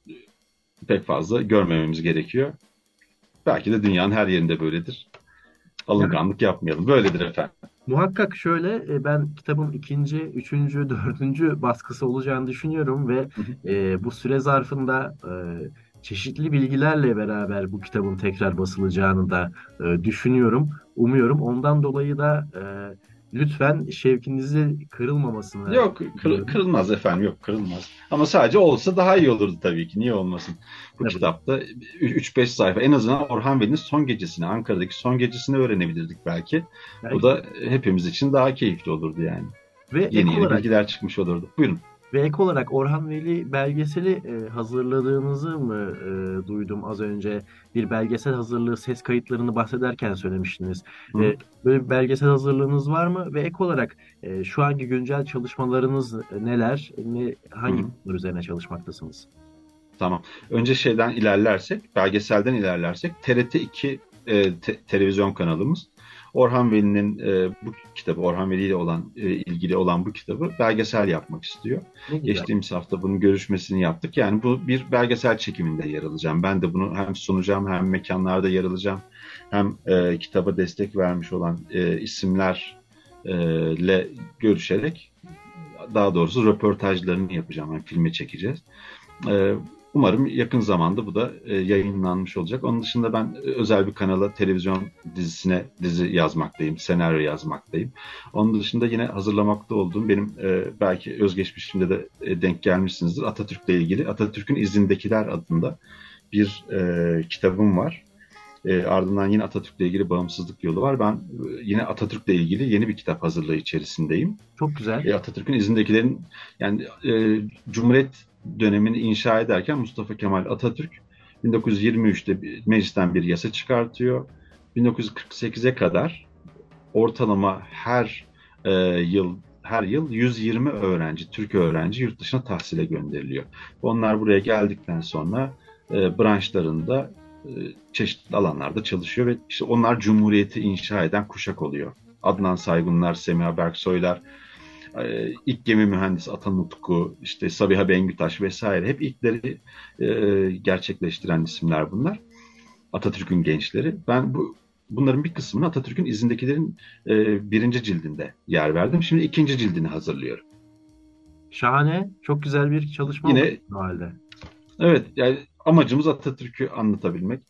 pek fazla görmememiz gerekiyor. Belki de dünyanın her yerinde böyledir. Alınganlık yapmayalım. Böyledir efendim. muhakkak şöyle, e, ben kitabın ikinci, üçüncü, dördüncü baskısı olacağını düşünüyorum ve e, bu süre zarfında e, çeşitli bilgilerle beraber bu kitabın tekrar basılacağını da e, düşünüyorum, umuyorum. Ondan dolayı da e, lütfen şevkinizi kırılmamasını Yok kır- diliyorum. kırılmaz efendim, yok kırılmaz. Ama sadece olsa daha iyi olurdu tabii ki. Niye olmasın? Bu Tabii. kitapta üç beş sayfa en azından Orhan Veli'nin son gecesini, Ankara'daki son gecesini öğrenebilirdik belki. Bu Belki de. da hepimiz için daha keyifli olurdu yani. Ve ek Yeni yeni olarak bilgiler çıkmış olurdu. Buyurun. Ve ek olarak Orhan Veli belgeseli e, hazırladığınızı mı e, duydum az önce? Bir belgesel hazırlığı, ses kayıtlarını bahsederken söylemiştiniz. Hı hı. E, böyle bir belgesel hazırlığınız var mı? Ve ek olarak e, şu anki güncel çalışmalarınız neler? Ne, Hı hangi hı. konular üzerine çalışmaktasınız? Tamam. Önce şeyden ilerlersek, belgeselden ilerlersek T R T iki e, te- televizyon kanalımız Orhan Veli'nin e, bu kitabı, Orhan Veli ile olan e, ilgili olan bu kitabı belgesel yapmak istiyor. Ne güzel. Geçtiğimiz hafta bunun görüşmesini yaptık. Yani bu bir belgesel çekiminde yer alacağım. Ben de bunu hem sunacağım, hem mekanlarda yer alacağım, hem e, kitaba destek vermiş olan e, isimlerle görüşerek, daha doğrusu röportajlarını yapacağım. Yani filme çekeceğiz. Ee, Umarım yakın zamanda bu da e, yayınlanmış olacak. Onun dışında ben e, özel bir kanala, televizyon dizisine dizi yazmaktayım, senaryo yazmaktayım. Onun dışında yine hazırlamakta olduğum, benim e, belki özgeçmişimde de e, denk gelmişsinizdir, Atatürk'le ilgili Atatürk'ün İzindekiler adında bir e, kitabım var. E, ardından yine Atatürk'le ilgili Bağımsızlık Yolu var. Ben e, yine Atatürk'le ilgili yeni bir kitap hazırlığı içerisindeyim. Çok güzel. E, Atatürk'ün izindekilerin, yani e, Cumhuriyet dönemini inşa ederken Mustafa Kemal Atatürk bin dokuz yüz yirmi üçte bir, meclisten bir yasa çıkartıyor. bin dokuz yüz kırk sekize kadar ortalama her e, yıl her yıl yüz yirmi öğrenci, Türk öğrenci yurt dışına tahsile gönderiliyor. Onlar buraya geldikten sonra e, branşlarında e, çeşitli alanlarda çalışıyor ve işte onlar Cumhuriyeti inşa eden kuşak oluyor. Adnan Saygunlar, Semiha Berksoylar, e, ilk gemi mühendisi Atan Utku, işte Sabiha Bengütaş vesaire, hep ilkleri e, gerçekleştiren isimler bunlar. Atatürk'ün gençleri. Ben bu bunların bir kısmını Atatürk'ün İzindekilerin e, birinci cildinde yer verdim. Şimdi ikinci cildini hazırlıyorum. Şahane. Çok güzel bir çalışma oldu Yine o halde. evet, yani amacımız Atatürk'ü anlatabilmek.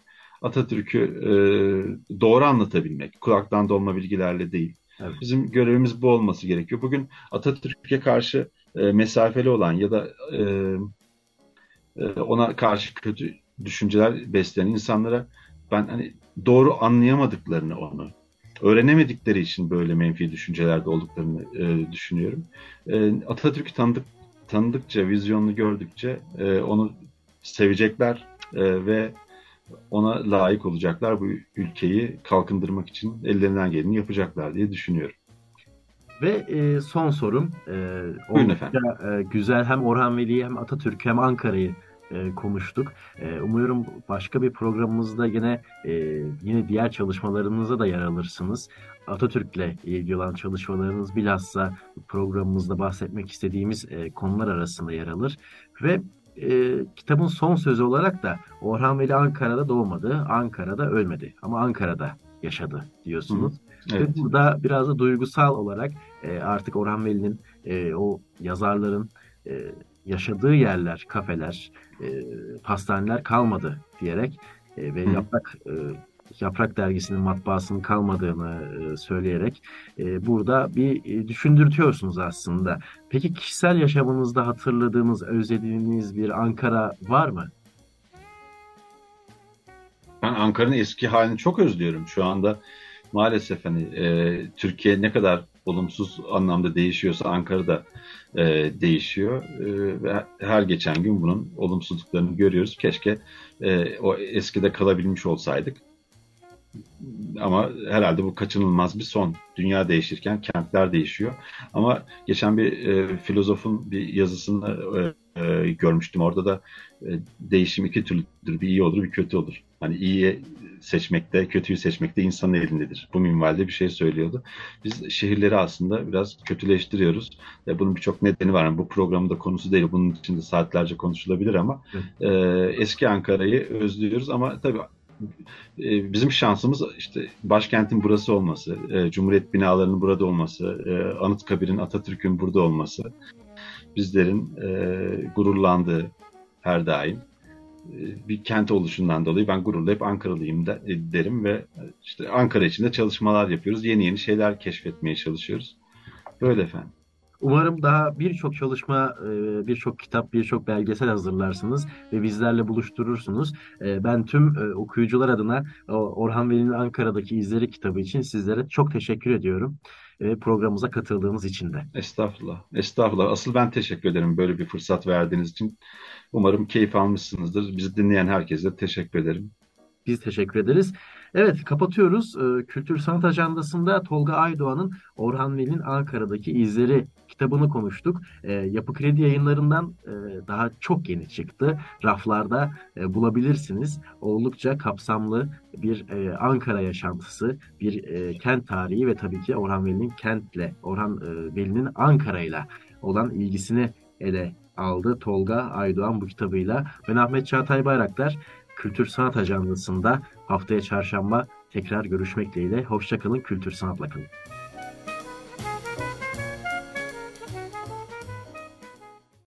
Atatürk'ü e, doğru anlatabilmek, kulaktan dolma bilgilerle değil. Evet. Bizim görevimiz bu olması gerekiyor. Bugün Atatürk'e karşı e, mesafeli olan ya da e, e, ona karşı kötü düşünceler besleyen insanlara ben hani doğru anlayamadıklarını onu, öğrenemedikleri için böyle menfi düşüncelerde olduklarını e, düşünüyorum. E, Atatürk'ü tanıdık, tanıdıkça, vizyonunu gördükçe e, onu sevecekler e, ve ona layık olacaklar. Bu ülkeyi kalkındırmak için ellerinden geleni yapacaklar diye düşünüyorum. Ve e, son sorum, e, Buyurun oldukça efendim. e, güzel, hem Orhan Veli'yi hem Atatürk'ü hem Ankara'yı e, konuştuk. E, umuyorum başka bir programımızda yine e, yine diğer çalışmalarınıza da yer alırsınız. Atatürk'le ilgili olan çalışmalarınız bilhassa programımızda bahsetmek istediğimiz e, konular arasında yer alır. Ve e, kitabın son sözü olarak da Orhan Veli Ankara'da doğmadı, Ankara'da ölmedi ama Ankara'da yaşadı Hı hı. diyorsunuz. Ve Evet. burada biraz da duygusal olarak e, artık Orhan Veli'nin e, o yazarların e, yaşadığı yerler, kafeler, e, pastaneler kalmadı diyerek e, ve Hı hı. Yaprak e, Yaprak Dergisi'nin matbaasının kalmadığını e, söyleyerek e, burada bir e, düşündürtüyorsunuz aslında. Peki kişisel yaşamınızda hatırladığınız, özlediğiniz bir Ankara var mı? Ben Ankara'nın eski halini çok özlüyorum. Şu anda maalesef hani e, Türkiye ne kadar olumsuz anlamda değişiyorsa Ankara'da e, değişiyor. E, ve her geçen gün bunun olumsuzluklarını görüyoruz. Keşke e, o eskide kalabilmiş olsaydık. Ama herhalde bu kaçınılmaz bir son. Dünya değişirken kentler değişiyor. Ama geçen bir e, filozofun bir yazısını e, e, görmüştüm. Orada da e, değişim iki türlüdür. Bir iyi olur, bir kötü olur. Hani iyiyi seçmekte, kötüyü seçmekte insanın elindedir. Bu minvalde bir şey söylüyordu. Biz şehirleri aslında biraz kötüleştiriyoruz. E, bunun birçok nedeni var. Yani bu programın da konusu değil. Bunun için de saatlerce konuşulabilir ama Evet. e, eski Ankara'yı özlüyoruz ama tabii e, bizim şansımız işte başkentin burası olması, e, Cumhuriyet binalarının burada olması, e, Anıtkabir'in, Atatürk'ün burada olması, bizlerin e, gururlandığı her daim e, bir kent oluşundan dolayı ben gururla hep Ankaralıyım de, e, derim ve işte Ankara içinde çalışmalar yapıyoruz. Yeni yeni şeyler keşfetmeye çalışıyoruz. Böyle efendim. Umarım daha birçok çalışma, e, birçok kitap, birçok belgesel hazırlarsınız ve bizlerle buluşturursunuz. E, Ben tüm e, okuyucular adına o Orhan Veli'nin Ankara'daki İzleri kitabı için sizlere çok teşekkür ediyorum. E, Programımıza katıldığınız için de. Estağfurullah. Estağfurullah. Asıl ben teşekkür ederim böyle bir fırsat verdiğiniz için. Umarım keyif almışsınızdır. Bizi dinleyen herkese de teşekkür ederim. Biz teşekkür ederiz. Evet, kapatıyoruz. Ee, Kültür Sanat Ajandası'nda Tolga Aydoğan'ın Orhan Veli'nin Ankara'daki İzleri kitabını konuştuk. Ee, Yapı Kredi Yayınları'ndan e, daha çok yeni çıktı. Raflarda e, bulabilirsiniz. Oldukça kapsamlı bir e, Ankara yaşantısı, bir e, kent tarihi ve tabii ki Orhan Veli'nin kentle, Orhan e, Veli'nin Ankara'yla olan ilgisini ele aldı Tolga Aydoğan bu kitabıyla. Ben Ahmet Çağatay Bayraktar. Kültür Sanat Ajandası'nda haftaya çarşamba tekrar görüşmek dileğiyle. Hoşça kalın, kültür sanatla kalın.